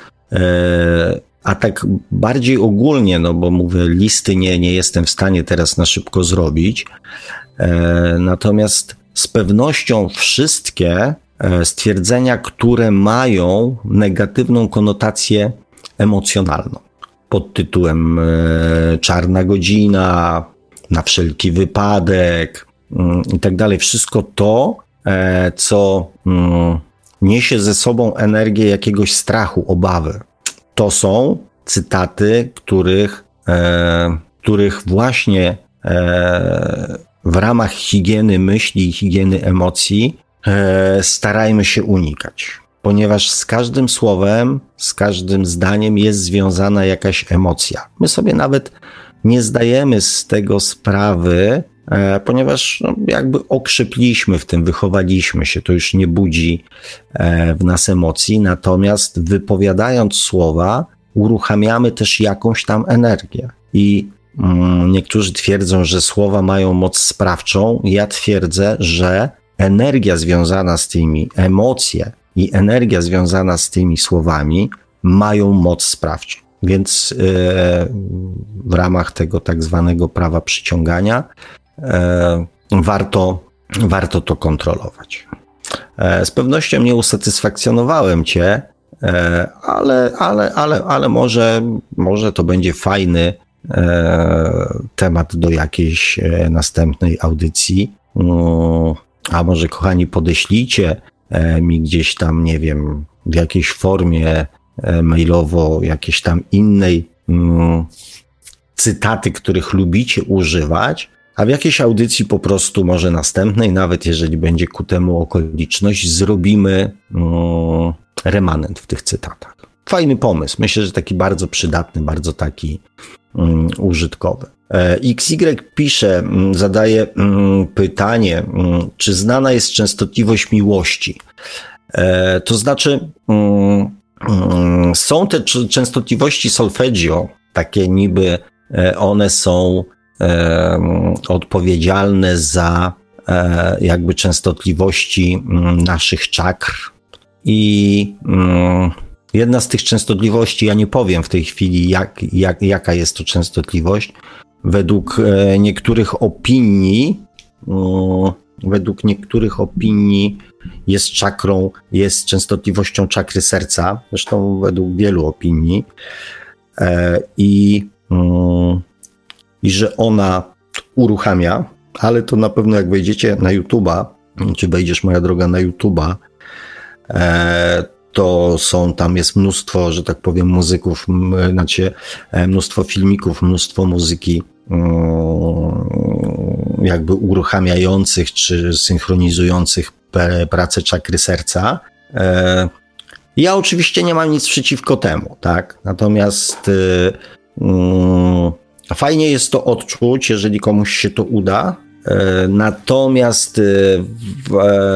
E, a tak bardziej ogólnie, no bo mówię, listy nie, nie jestem w stanie teraz na szybko zrobić, e, natomiast z pewnością wszystkie stwierdzenia, które mają negatywną konotację emocjonalną, pod tytułem e, czarna godzina, na wszelki wypadek mm, i tak dalej, wszystko to, e, co mm, niesie ze sobą energię jakiegoś strachu, obawy, to są cytaty, których, e, których właśnie e, w ramach higieny myśli i higieny emocji e, starajmy się unikać, ponieważ z każdym słowem, z każdym zdaniem jest związana jakaś emocja. My sobie nawet nie zdajemy z tego sprawy, e, ponieważ no, jakby okrzepliśmy w tym, wychowaliśmy się, to już nie budzi e, w nas emocji, natomiast wypowiadając słowa, uruchamiamy też jakąś tam energię i niektórzy twierdzą, że słowa mają moc sprawczą. Ja twierdzę, że energia związana z tymi, emocje i energia związana z tymi słowami mają moc sprawczą. Więc yy, w ramach tego tak zwanego prawa przyciągania yy, warto, warto to kontrolować. Yy, z pewnością nie usatysfakcjonowałem cię, yy, ale, ale, ale, ale może, może to będzie fajny temat do jakiejś następnej audycji. a może kochani podeślijcie mi gdzieś tam, nie wiem, w jakiejś formie mailowo, jakiejś tam innej mm, cytaty, których lubicie używać, a w jakiejś audycji po prostu może następnej, nawet jeżeli będzie ku temu okoliczność, zrobimy mm, remanent w tych cytatach. Fajny pomysł. Myślę, że taki bardzo przydatny, bardzo taki um, użytkowy. X Y pisze, zadaje um, pytanie, um, czy znana jest częstotliwość miłości? E, to znaczy, um, um, są te częstotliwości solfeggio, takie niby e, one są e, odpowiedzialne za e, jakby częstotliwości um, naszych czakr i um, jedna z tych częstotliwości, ja nie powiem w tej chwili, jak, jak, jaka jest to częstotliwość. Według e, niektórych opinii, e, według niektórych opinii jest czakrą, jest częstotliwością czakry serca, zresztą według wielu opinii, e, i, e, i że ona uruchamia, ale to na pewno jak wejdziecie na YouTube'a, czy wejdziesz, moja droga, na YouTube'a, e, to są, tam jest mnóstwo, że tak powiem, muzyków, znaczy mnóstwo filmików, mnóstwo muzyki jakby uruchamiających czy synchronizujących pracę czakry serca. Ja oczywiście nie mam nic przeciwko temu, tak? Natomiast fajnie jest to odczuć, jeżeli komuś się to uda. Natomiast w,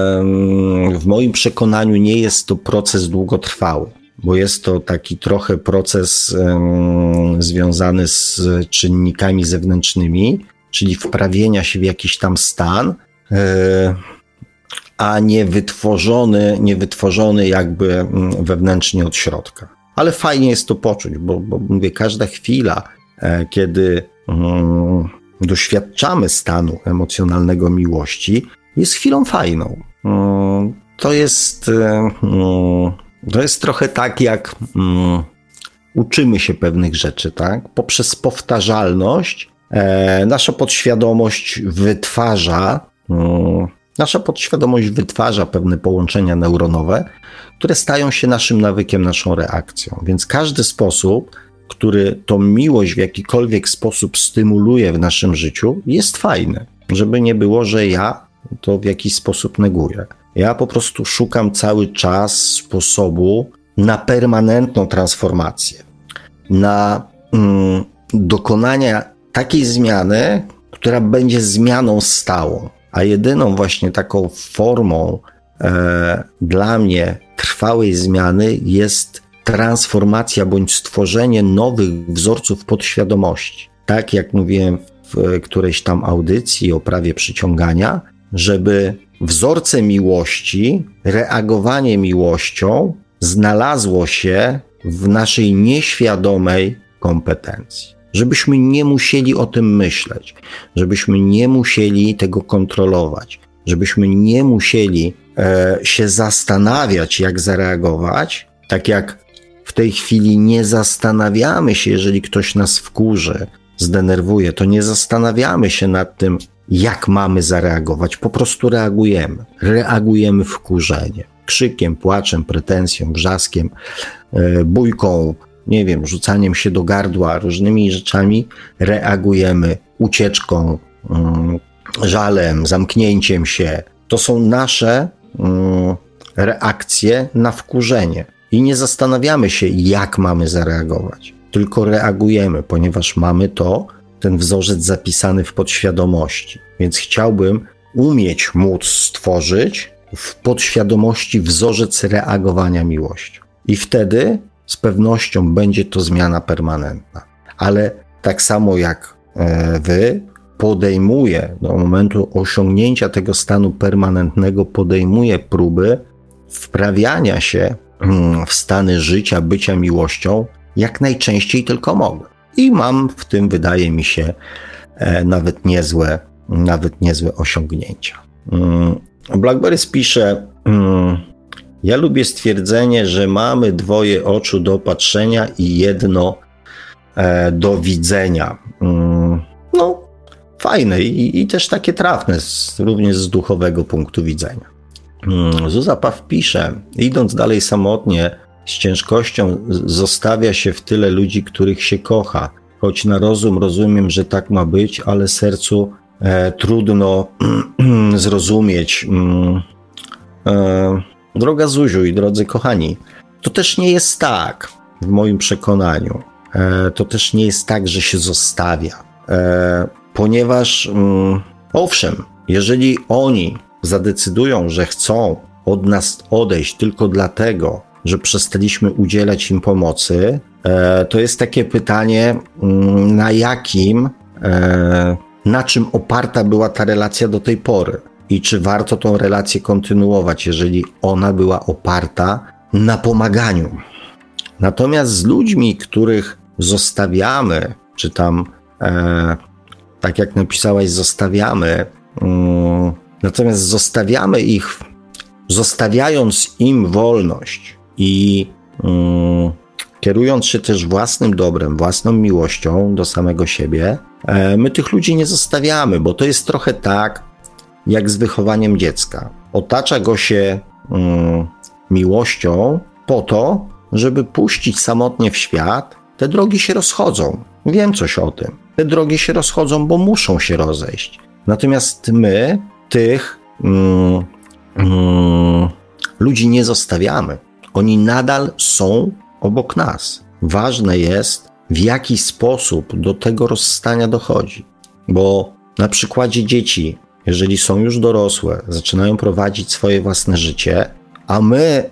w moim przekonaniu nie jest to proces długotrwały, bo jest to taki trochę proces um, związany z czynnikami zewnętrznymi, czyli wprawienia się w jakiś tam stan, e, a nie wytworzony, nie wytworzony jakby wewnętrznie od środka. Ale fajnie jest to poczuć, bo, bo mówię, każda chwila, e, kiedy um, doświadczamy stanu emocjonalnego miłości, jest chwilą fajną. To jest, to jest trochę tak, jak uczymy się pewnych rzeczy, tak? Poprzez powtarzalność nasza podświadomość wytwarza, nasza podświadomość wytwarza pewne połączenia neuronowe, które stają się naszym nawykiem, naszą reakcją. Więc każdy sposób, który tą miłość w jakikolwiek sposób stymuluje w naszym życiu, jest fajny. Żeby nie było, że ja to w jakiś sposób neguję. Ja po prostu szukam cały czas sposobu na permanentną transformację, na mm, dokonania takiej zmiany, która będzie zmianą stałą. A jedyną właśnie taką formą e, dla mnie trwałej zmiany jest transformacja bądź stworzenie nowych wzorców podświadomości. Tak jak mówiłem w którejś tam audycji o prawie przyciągania, żeby wzorce miłości, reagowanie miłością znalazło się w naszej nieświadomej kompetencji. Żebyśmy nie musieli o tym myśleć, żebyśmy nie musieli tego kontrolować, żebyśmy nie musieli e, się zastanawiać, jak zareagować, tak jak w tej chwili nie zastanawiamy się, jeżeli ktoś nas wkurzy, zdenerwuje, to nie zastanawiamy się nad tym, jak mamy zareagować. Po prostu reagujemy. Reagujemy wkurzenie. Krzykiem, płaczem, pretensją, wrzaskiem, bójką, nie wiem, rzucaniem się do gardła, różnymi rzeczami. Reagujemy ucieczką, żalem, zamknięciem się. To są nasze reakcje na wkurzenie. I nie zastanawiamy się, jak mamy zareagować, tylko reagujemy, ponieważ mamy to, ten wzorzec zapisany w podświadomości. Więc chciałbym umieć móc stworzyć w podświadomości wzorzec reagowania miłością. I wtedy z pewnością będzie to zmiana permanentna. Ale tak samo jak wy, podejmuję do momentu osiągnięcia tego stanu permanentnego, podejmuję próby wprawiania się w stany życia, bycia miłością, jak najczęściej tylko mogę. I mam w tym, wydaje mi się, nawet niezłe, nawet niezłe osiągnięcia. Blackberry pisze, ja lubię stwierdzenie, że mamy dwoje oczu do patrzenia i jedno do widzenia. No, fajne i, i też takie trafne, z, również z duchowego punktu widzenia. Zuza Paw pisze, idąc dalej samotnie, z ciężkością zostawia się w tyle ludzi, których się kocha. Choć na rozum rozumiem, że tak ma być, ale sercu e, trudno zrozumieć. E, droga Zuziu i drodzy kochani, to też nie jest tak, w moim przekonaniu. E, to też nie jest tak, że się zostawia. E, ponieważ, mm, owszem, jeżeli oni zadecydują, że chcą od nas odejść tylko dlatego, że przestaliśmy udzielać im pomocy, e, to jest takie pytanie, mm, na jakim, e, na czym oparta była ta relacja do tej pory i czy warto tą relację kontynuować, jeżeli ona była oparta na pomaganiu. Natomiast z ludźmi, których zostawiamy, czy tam, e, tak jak napisałaś, zostawiamy, mm, natomiast zostawiamy ich, zostawiając im wolność i mm, kierując się też własnym dobrem, własną miłością do samego siebie, e, my tych ludzi nie zostawiamy, bo to jest trochę tak, jak z wychowaniem dziecka. Otacza go się mm, miłością po to, żeby puścić samotnie w świat. Te drogi się rozchodzą. Wiem coś o tym. Te drogi się rozchodzą, bo muszą się rozejść. Natomiast my tych mm, mm, ludzi nie zostawiamy. Oni nadal są obok nas. Ważne jest, w jaki sposób do tego rozstania dochodzi. Bo na przykładzie dzieci, jeżeli są już dorosłe, zaczynają prowadzić swoje własne życie, a my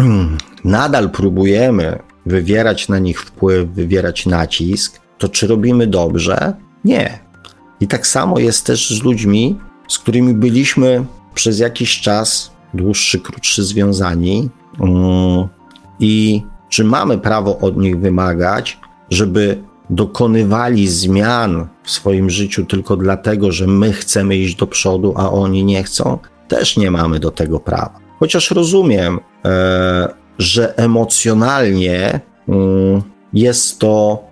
nadal próbujemy wywierać na nich wpływ, wywierać nacisk, to czy robimy dobrze? Nie. I tak samo jest też z ludźmi, z którymi byliśmy przez jakiś czas dłuższy, krótszy związani yy, i czy mamy prawo od nich wymagać, żeby dokonywali zmian w swoim życiu tylko dlatego, że my chcemy iść do przodu, a oni nie chcą? Też nie mamy do tego prawa. Chociaż rozumiem, e, że emocjonalnie y, jest to,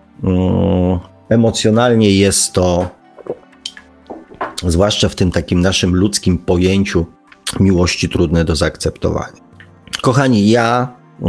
y, emocjonalnie jest to, zwłaszcza w tym takim naszym ludzkim pojęciu miłości, trudne do zaakceptowania. Kochani, ja y,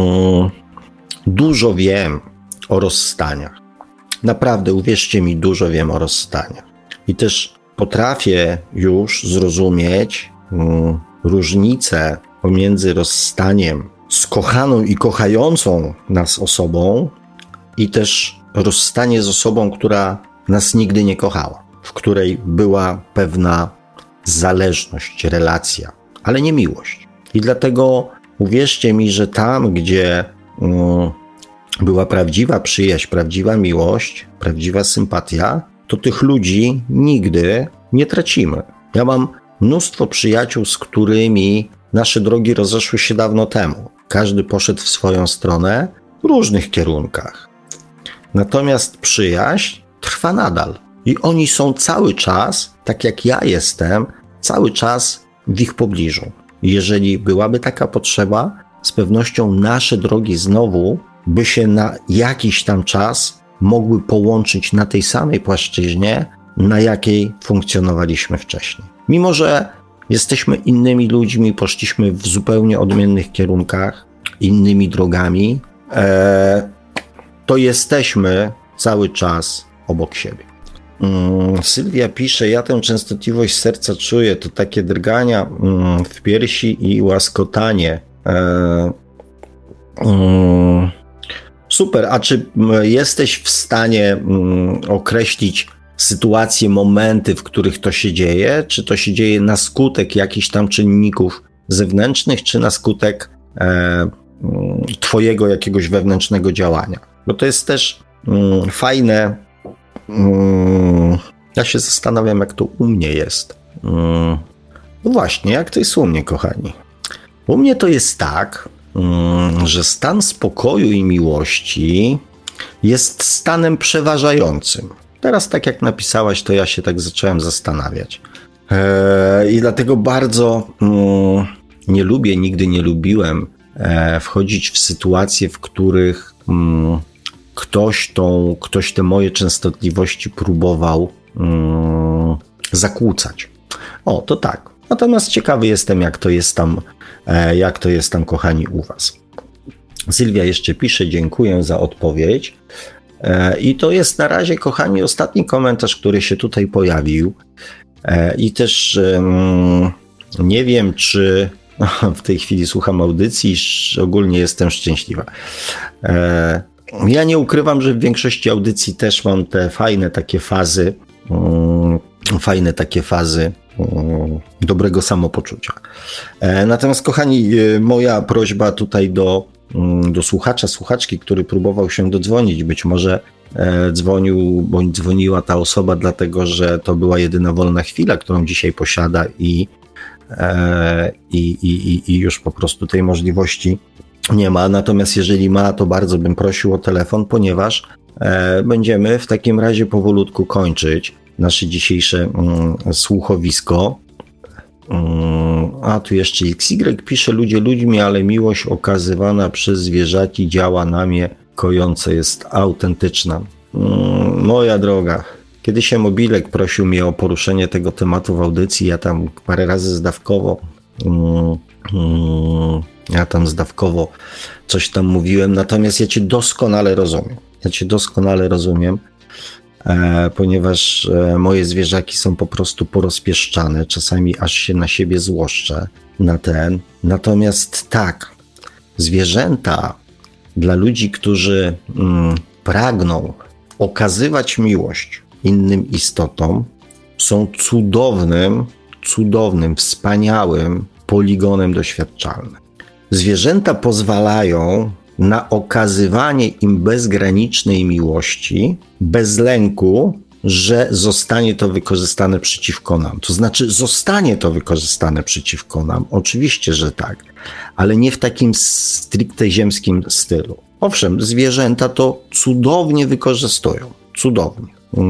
dużo wiem o rozstaniach. Naprawdę, uwierzcie mi, dużo wiem o rozstaniach. I też potrafię już zrozumieć y, różnicę pomiędzy rozstaniem z kochaną i kochającą nas osobą i też rozstanie z osobą, która nas nigdy nie kochała, w której była pewna zależność, relacja, ale nie miłość. I dlatego uwierzcie mi, że tam, gdzie um, była prawdziwa przyjaźń, prawdziwa miłość, prawdziwa sympatia, to tych ludzi nigdy nie tracimy. Ja mam mnóstwo przyjaciół, z którymi nasze drogi rozeszły się dawno temu. Każdy poszedł w swoją stronę w różnych kierunkach. Natomiast przyjaźń trwa nadal. I oni są cały czas, tak jak ja jestem, cały czas w ich pobliżu. Jeżeli byłaby taka potrzeba, z pewnością nasze drogi znowu by się na jakiś tam czas mogły połączyć na tej samej płaszczyźnie, na jakiej funkcjonowaliśmy wcześniej. Mimo że jesteśmy innymi ludźmi, poszliśmy w zupełnie odmiennych kierunkach, innymi drogami, e, to jesteśmy cały czas obok siebie. Mm, Sylwia pisze, ja tę częstotliwość serca czuję, to takie drgania mm, w piersi i łaskotanie. E, mm, super, a czy jesteś w stanie mm, określić sytuacje, momenty, w których to się dzieje? Czy to się dzieje na skutek jakichś tam czynników zewnętrznych, czy na skutek e, twojego jakiegoś wewnętrznego działania? Bo to jest też mm, fajne. Mm, ja się zastanawiam, jak to u mnie jest. Mm, no właśnie, jak to jest u mnie, kochani? U mnie to jest tak, mm, że stan spokoju i miłości jest stanem przeważającym. Teraz, tak jak napisałaś, to ja się tak zacząłem zastanawiać. Eee, I dlatego bardzo mm, nie lubię, nigdy nie lubiłem e, wchodzić w sytuacje, w których mm, ktoś, tą, ktoś te moje częstotliwości próbował mm, zakłócać. O, to tak. Natomiast ciekawy jestem, jak to jest tam, jak to jest tam, kochani, u was. Sylwia jeszcze pisze, dziękuję za odpowiedź. I to jest na razie, kochani, ostatni komentarz, który się tutaj pojawił. I też um, nie wiem, czy w tej chwili słucham audycji, ogólnie jestem szczęśliwa. Ja nie ukrywam, że w większości audycji też mam te fajne takie fazy, um, fajne takie fazy um, dobrego samopoczucia. Natomiast, kochani, moja prośba tutaj do, do słuchacza, słuchaczki, który próbował się dodzwonić, być może dzwonił bądź dzwoniła ta osoba dlatego, że to była jedyna wolna chwila, którą dzisiaj posiada i, i, i, i już po prostu tej możliwości nie ma. Natomiast jeżeli ma, to bardzo bym prosił o telefon, ponieważ będziemy w takim razie powolutku kończyć nasze dzisiejsze słuchowisko. A tu jeszcze X Y pisze, ludzie ludźmi, ale miłość okazywana przez zwierzaki działa na mnie kojące, jest autentyczna. Moja droga, kiedy się Mobilek prosił mnie o poruszenie tego tematu w audycji, ja tam parę razy zdawkowo ja tam zdawkowo coś tam mówiłem, natomiast ja cię doskonale rozumiem. Ja cię doskonale rozumiem, e, ponieważ e, moje zwierzaki są po prostu porozpieszczane, czasami aż się na siebie złoszczę na ten. Natomiast tak, zwierzęta dla ludzi, którzy mm, pragną okazywać miłość innym istotom, są cudownym, cudownym, wspaniałym poligonem doświadczalnym. Zwierzęta pozwalają na okazywanie im bezgranicznej miłości, bez lęku, że zostanie to wykorzystane przeciwko nam. To znaczy, zostanie to wykorzystane przeciwko nam. Oczywiście, że tak, ale nie w takim stricte ziemskim stylu. Owszem, zwierzęta to cudownie wykorzystują. Cudownie.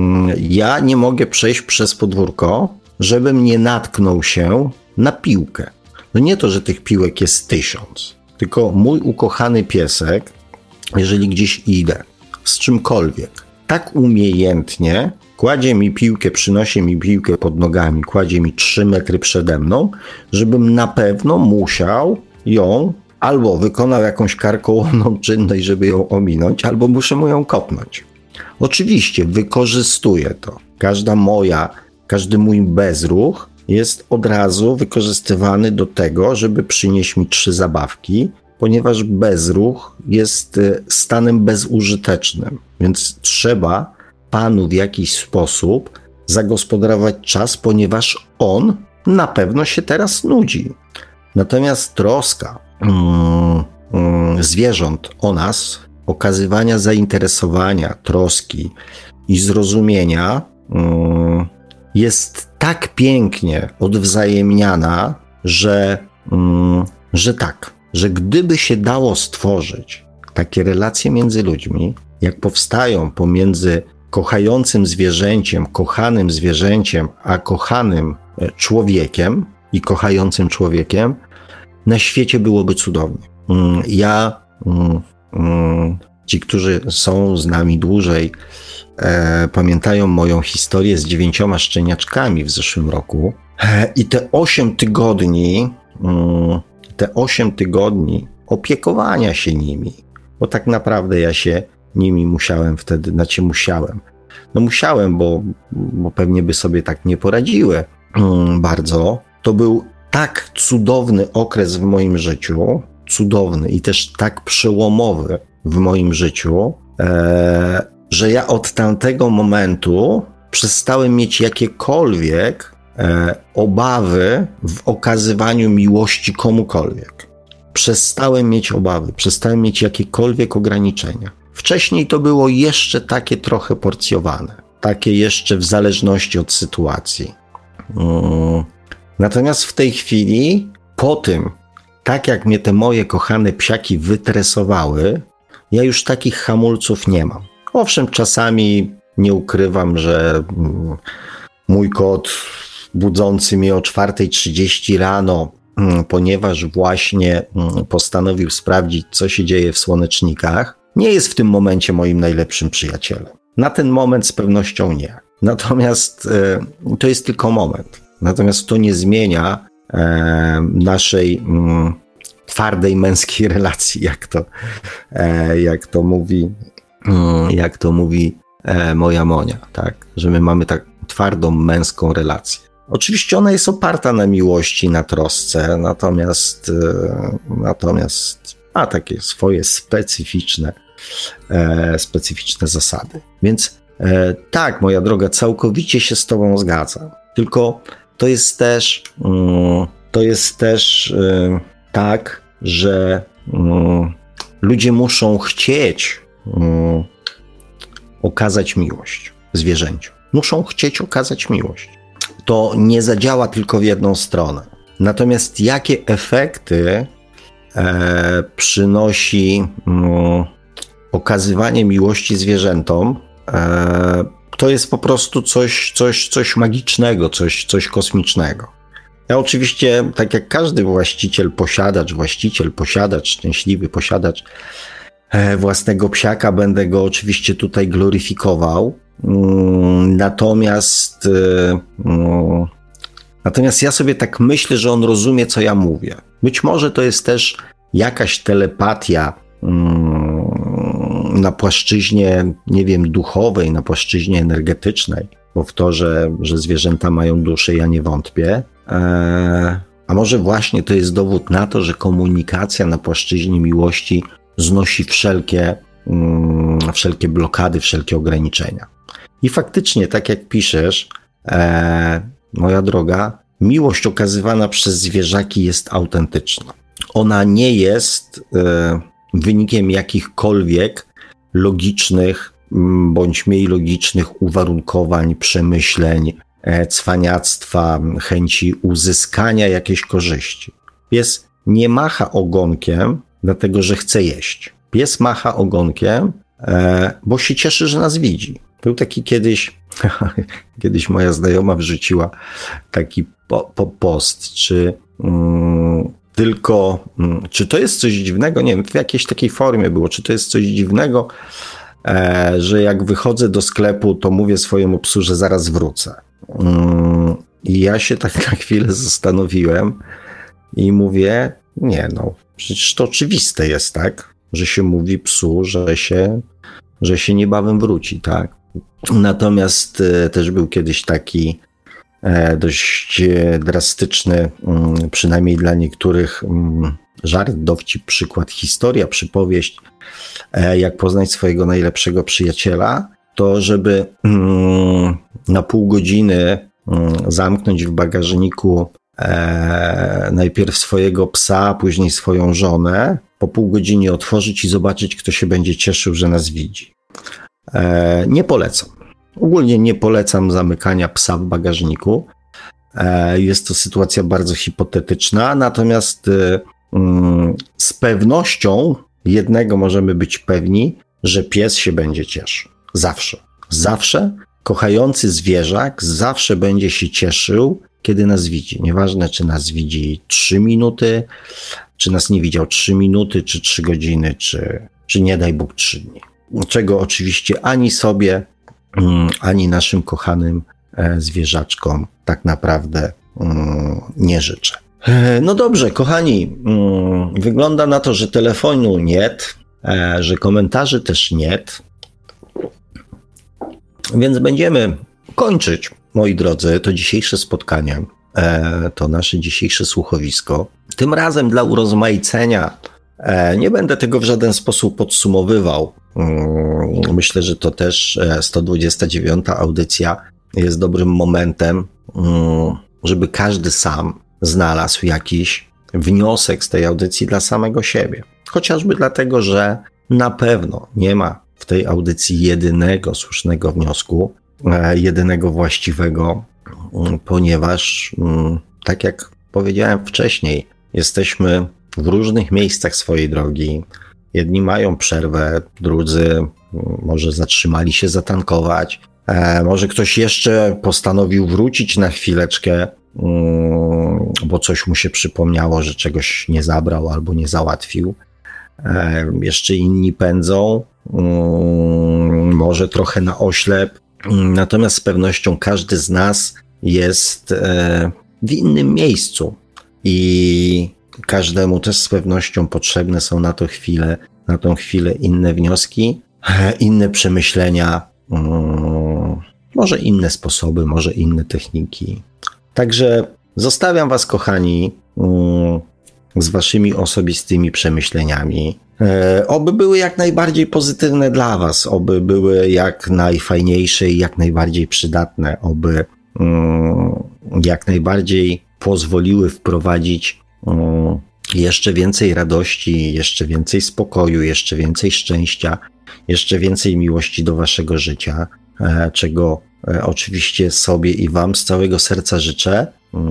Ja nie mogę przejść przez podwórko, żebym nie natknął się na piłkę. No nie to, że tych piłek jest tysiąc, tylko mój ukochany piesek, jeżeli gdzieś idę z czymkolwiek, tak umiejętnie kładzie mi piłkę, przynosi mi piłkę pod nogami, kładzie mi trzy metry przede mną, żebym na pewno musiał ją albo wykonał jakąś karkołomną czynność, żeby ją ominąć, albo muszę mu ją kopnąć. Oczywiście wykorzystuję to. Każda moja, każdy mój bezruch jest od razu wykorzystywany do tego, żeby przynieść mi trzy zabawki, ponieważ bezruch jest stanem bezużytecznym, więc trzeba panu w jakiś sposób zagospodarować czas, ponieważ on na pewno się teraz nudzi. Natomiast troska mm, mm, zwierząt o nas, okazywania zainteresowania, troski i zrozumienia mm, jest tak pięknie odwzajemniana, że, mm, że tak, że gdyby się dało stworzyć takie relacje między ludźmi, jak powstają pomiędzy kochającym zwierzęciem, kochanym zwierzęciem, a kochanym człowiekiem i kochającym człowiekiem, na świecie byłoby cudownie. Ja, ci, którzy są z nami dłużej, e, pamiętają moją historię z dziewięcioma szczeniaczkami w zeszłym roku e, i te osiem tygodni, mm, te osiem tygodni opiekowania się nimi, bo tak naprawdę ja się nimi musiałem wtedy, znaczy musiałem, no musiałem, bo, bo pewnie by sobie tak nie poradziły mm, bardzo. To był tak cudowny okres w moim życiu, cudowny i też tak przełomowy w moim życiu, e, że ja od tamtego momentu przestałem mieć jakiekolwiek e, obawy w okazywaniu miłości komukolwiek. Przestałem mieć obawy, przestałem mieć jakiekolwiek ograniczenia. Wcześniej to było jeszcze takie trochę porcjowane, takie jeszcze w zależności od sytuacji. Mm. Natomiast w tej chwili, po tym, tak jak mnie te moje kochane psiaki wytresowały, ja już takich hamulców nie mam. Owszem, czasami nie ukrywam, że mój kot budzący mnie o czwarta trzydzieści rano, ponieważ właśnie postanowił sprawdzić, co się dzieje w słonecznikach, nie jest w tym momencie moim najlepszym przyjacielem. Na ten moment z pewnością nie. Natomiast to jest tylko moment. Natomiast to nie zmienia naszej mm, twardej męskiej relacji, jak to, jak to mówi, jak to mówi moja Monia, tak? Że my mamy tak twardą męską relację. Oczywiście ona jest oparta na miłości, na trosce, natomiast, natomiast ma takie swoje specyficzne, specyficzne zasady. Więc tak, moja droga, całkowicie się z tobą zgadzam. Tylko to jest też, to jest też tak, że ludzie muszą chcieć okazać miłość zwierzęciu. Muszą chcieć okazać miłość. To nie zadziała tylko w jedną stronę. Natomiast jakie efekty e, przynosi mm, okazywanie miłości zwierzętom, e, to jest po prostu coś, coś, coś magicznego, coś, coś kosmicznego. Ja oczywiście, tak jak każdy właściciel, posiadacz, właściciel, posiadacz, szczęśliwy posiadacz e, własnego psiaka, będę go oczywiście tutaj gloryfikował. Natomiast, natomiast ja sobie tak myślę, że on rozumie, co ja mówię. Być może to jest też jakaś telepatia na płaszczyźnie, nie wiem, duchowej, na płaszczyźnie energetycznej, bo w to, że, że zwierzęta mają duszę, ja nie wątpię. A może właśnie to jest dowód na to, że komunikacja na płaszczyźnie miłości znosi wszelkie, wszelkie blokady, wszelkie ograniczenia. I faktycznie, tak jak piszesz, e, moja droga, miłość okazywana przez zwierzaki jest autentyczna. Ona nie jest e, wynikiem jakichkolwiek logicznych bądź mniej logicznych uwarunkowań, przemyśleń, e, cwaniactwa, chęci uzyskania jakiejś korzyści. Pies nie macha ogonkiem, dlatego że chce jeść. Pies macha ogonkiem, e, bo się cieszy, że nas widzi. Był taki kiedyś, kiedyś moja znajoma wrzuciła taki po, po post, czy mm, tylko, mm, czy to jest coś dziwnego, nie wiem, w jakiejś takiej formie było, czy to jest coś dziwnego, e, że jak wychodzę do sklepu, to mówię swojemu psu, że zaraz wrócę. Mm, I ja się tak na chwilę zastanowiłem i mówię, nie no, przecież to oczywiste jest, tak, że się mówi psu, że się, że się niebawem wróci, tak. Natomiast e, też był kiedyś taki e, dość e, drastyczny, m, przynajmniej dla niektórych, m, żart, dowcip, przykład, historia, przypowieść, e, jak poznać swojego najlepszego przyjaciela, to żeby m, na pół godziny m, zamknąć w bagażniku e, najpierw swojego psa, a później swoją żonę, po pół godzinie otworzyć i zobaczyć, kto się będzie cieszył, że nas widzi. E, nie polecam. Ogólnie nie polecam zamykania psa w bagażniku. E, jest to sytuacja bardzo hipotetyczna, natomiast e, mm, z pewnością jednego możemy być pewni, że pies się będzie cieszył. Zawsze. Zawsze kochający zwierzak zawsze będzie się cieszył, kiedy nas widzi. Nieważne, czy nas widzi trzy minuty, czy nas nie widział trzy minuty, czy trzy godziny, czy, czy nie daj Bóg trzy dni. Czego oczywiście ani sobie, ani naszym kochanym zwierzaczkom tak naprawdę nie życzę. No dobrze, kochani, wygląda na to, że telefonu nie, że komentarzy też nie, więc będziemy kończyć, moi drodzy, to dzisiejsze spotkanie, to nasze dzisiejsze słuchowisko. Tym razem dla urozmaicenia nie będę tego w żaden sposób podsumowywał. Myślę, że to też sto dwudziesta dziewiąta audycja jest dobrym momentem, żeby każdy sam znalazł jakiś wniosek z tej audycji dla samego siebie. Chociażby dlatego, że na pewno nie ma w tej audycji jedynego słusznego wniosku, jedynego właściwego, ponieważ, tak jak powiedziałem wcześniej, jesteśmy w różnych miejscach swojej drogi. Jedni mają przerwę, drudzy może zatrzymali się zatankować, e, może ktoś jeszcze postanowił wrócić na chwileczkę, um, bo coś mu się przypomniało, że czegoś nie zabrał albo nie załatwił. E, jeszcze inni pędzą, um, może trochę na oślep, Natomiast z pewnością każdy z nas jest w innym miejscu i każdemu też z pewnością potrzebne są na to chwilę, na tą chwilę inne wnioski, inne przemyślenia, może inne sposoby, może inne techniki. Także zostawiam was, kochani, z waszymi osobistymi przemyśleniami. Oby były jak najbardziej pozytywne dla was, oby były jak najfajniejsze i jak najbardziej przydatne, oby jak najbardziej pozwoliły wprowadzić jeszcze więcej radości, jeszcze więcej spokoju, jeszcze więcej szczęścia, jeszcze więcej miłości do waszego życia, czego oczywiście sobie i wam z całego serca życzę.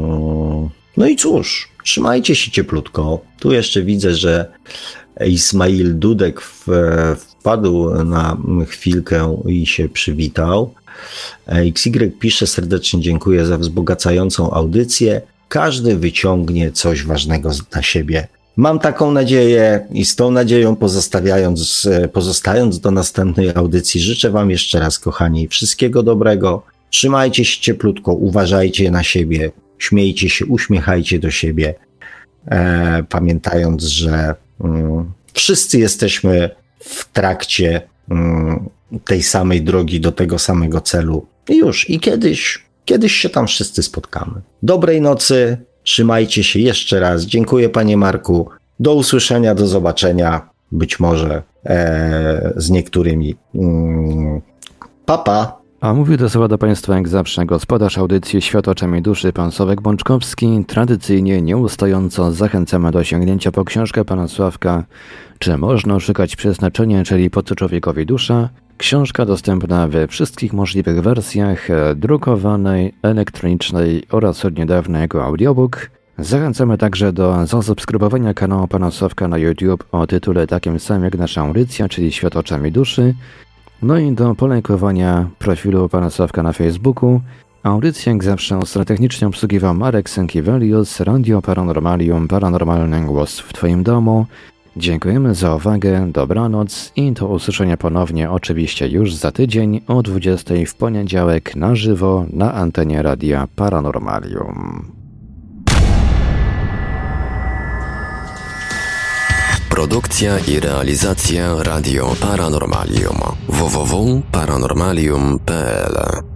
No i cóż, trzymajcie się cieplutko. Tu jeszcze widzę, że Ismail Dudek wpadł na chwilkę i się przywitał. X Y pisze: serdecznie dziękuję za wzbogacającą audycję. Każdy wyciągnie coś ważnego dla siebie. Mam taką nadzieję i z tą nadzieją pozostawiając, pozostając do następnej audycji, życzę wam jeszcze raz, kochani, wszystkiego dobrego. Trzymajcie się cieplutko, uważajcie na siebie, śmiejcie się, uśmiechajcie do siebie, e, pamiętając, że mm, wszyscy jesteśmy w trakcie mm, tej samej drogi do tego samego celu. I już, i kiedyś, kiedyś się tam wszyscy spotkamy. Dobrej nocy, trzymajcie się jeszcze raz. Dziękuję, panie Marku. Do usłyszenia, do zobaczenia. Być może e, z niektórymi. Mm, pa, pa. A mówił do słowa do Państwa jak zawsze gospodarz audycji Świat oczami duszy, pan Sławek Bączkowski. Tradycyjnie, nieustająco zachęcamy do sięgnięcia po książkę pana Sławka Czy można szukać przeznaczenia, czyli po co człowiekowi dusza? Książka dostępna we wszystkich możliwych wersjach, drukowanej, elektronicznej oraz od niedawna jako audiobook. Zachęcamy także do zasubskrybowania kanału pana Sławka na YouTube o tytule takim samym jak nasza audycja, czyli Świat oczami duszy. No i do polajkowania profilu pana Sławka na Facebooku. Audycję jak zawsze ostro-technicznie obsługiwał Marek Sękiewelius, Radio Paranormalium, Paranormalny Głos w twoim domu. Dziękujemy za uwagę, dobranoc i do usłyszenia ponownie oczywiście już za tydzień o dwudziestej w poniedziałek na żywo na antenie Radia Paranormalium. Produkcja i realizacja Radio Paranormalium. w w w kropka paranormalium kropka p l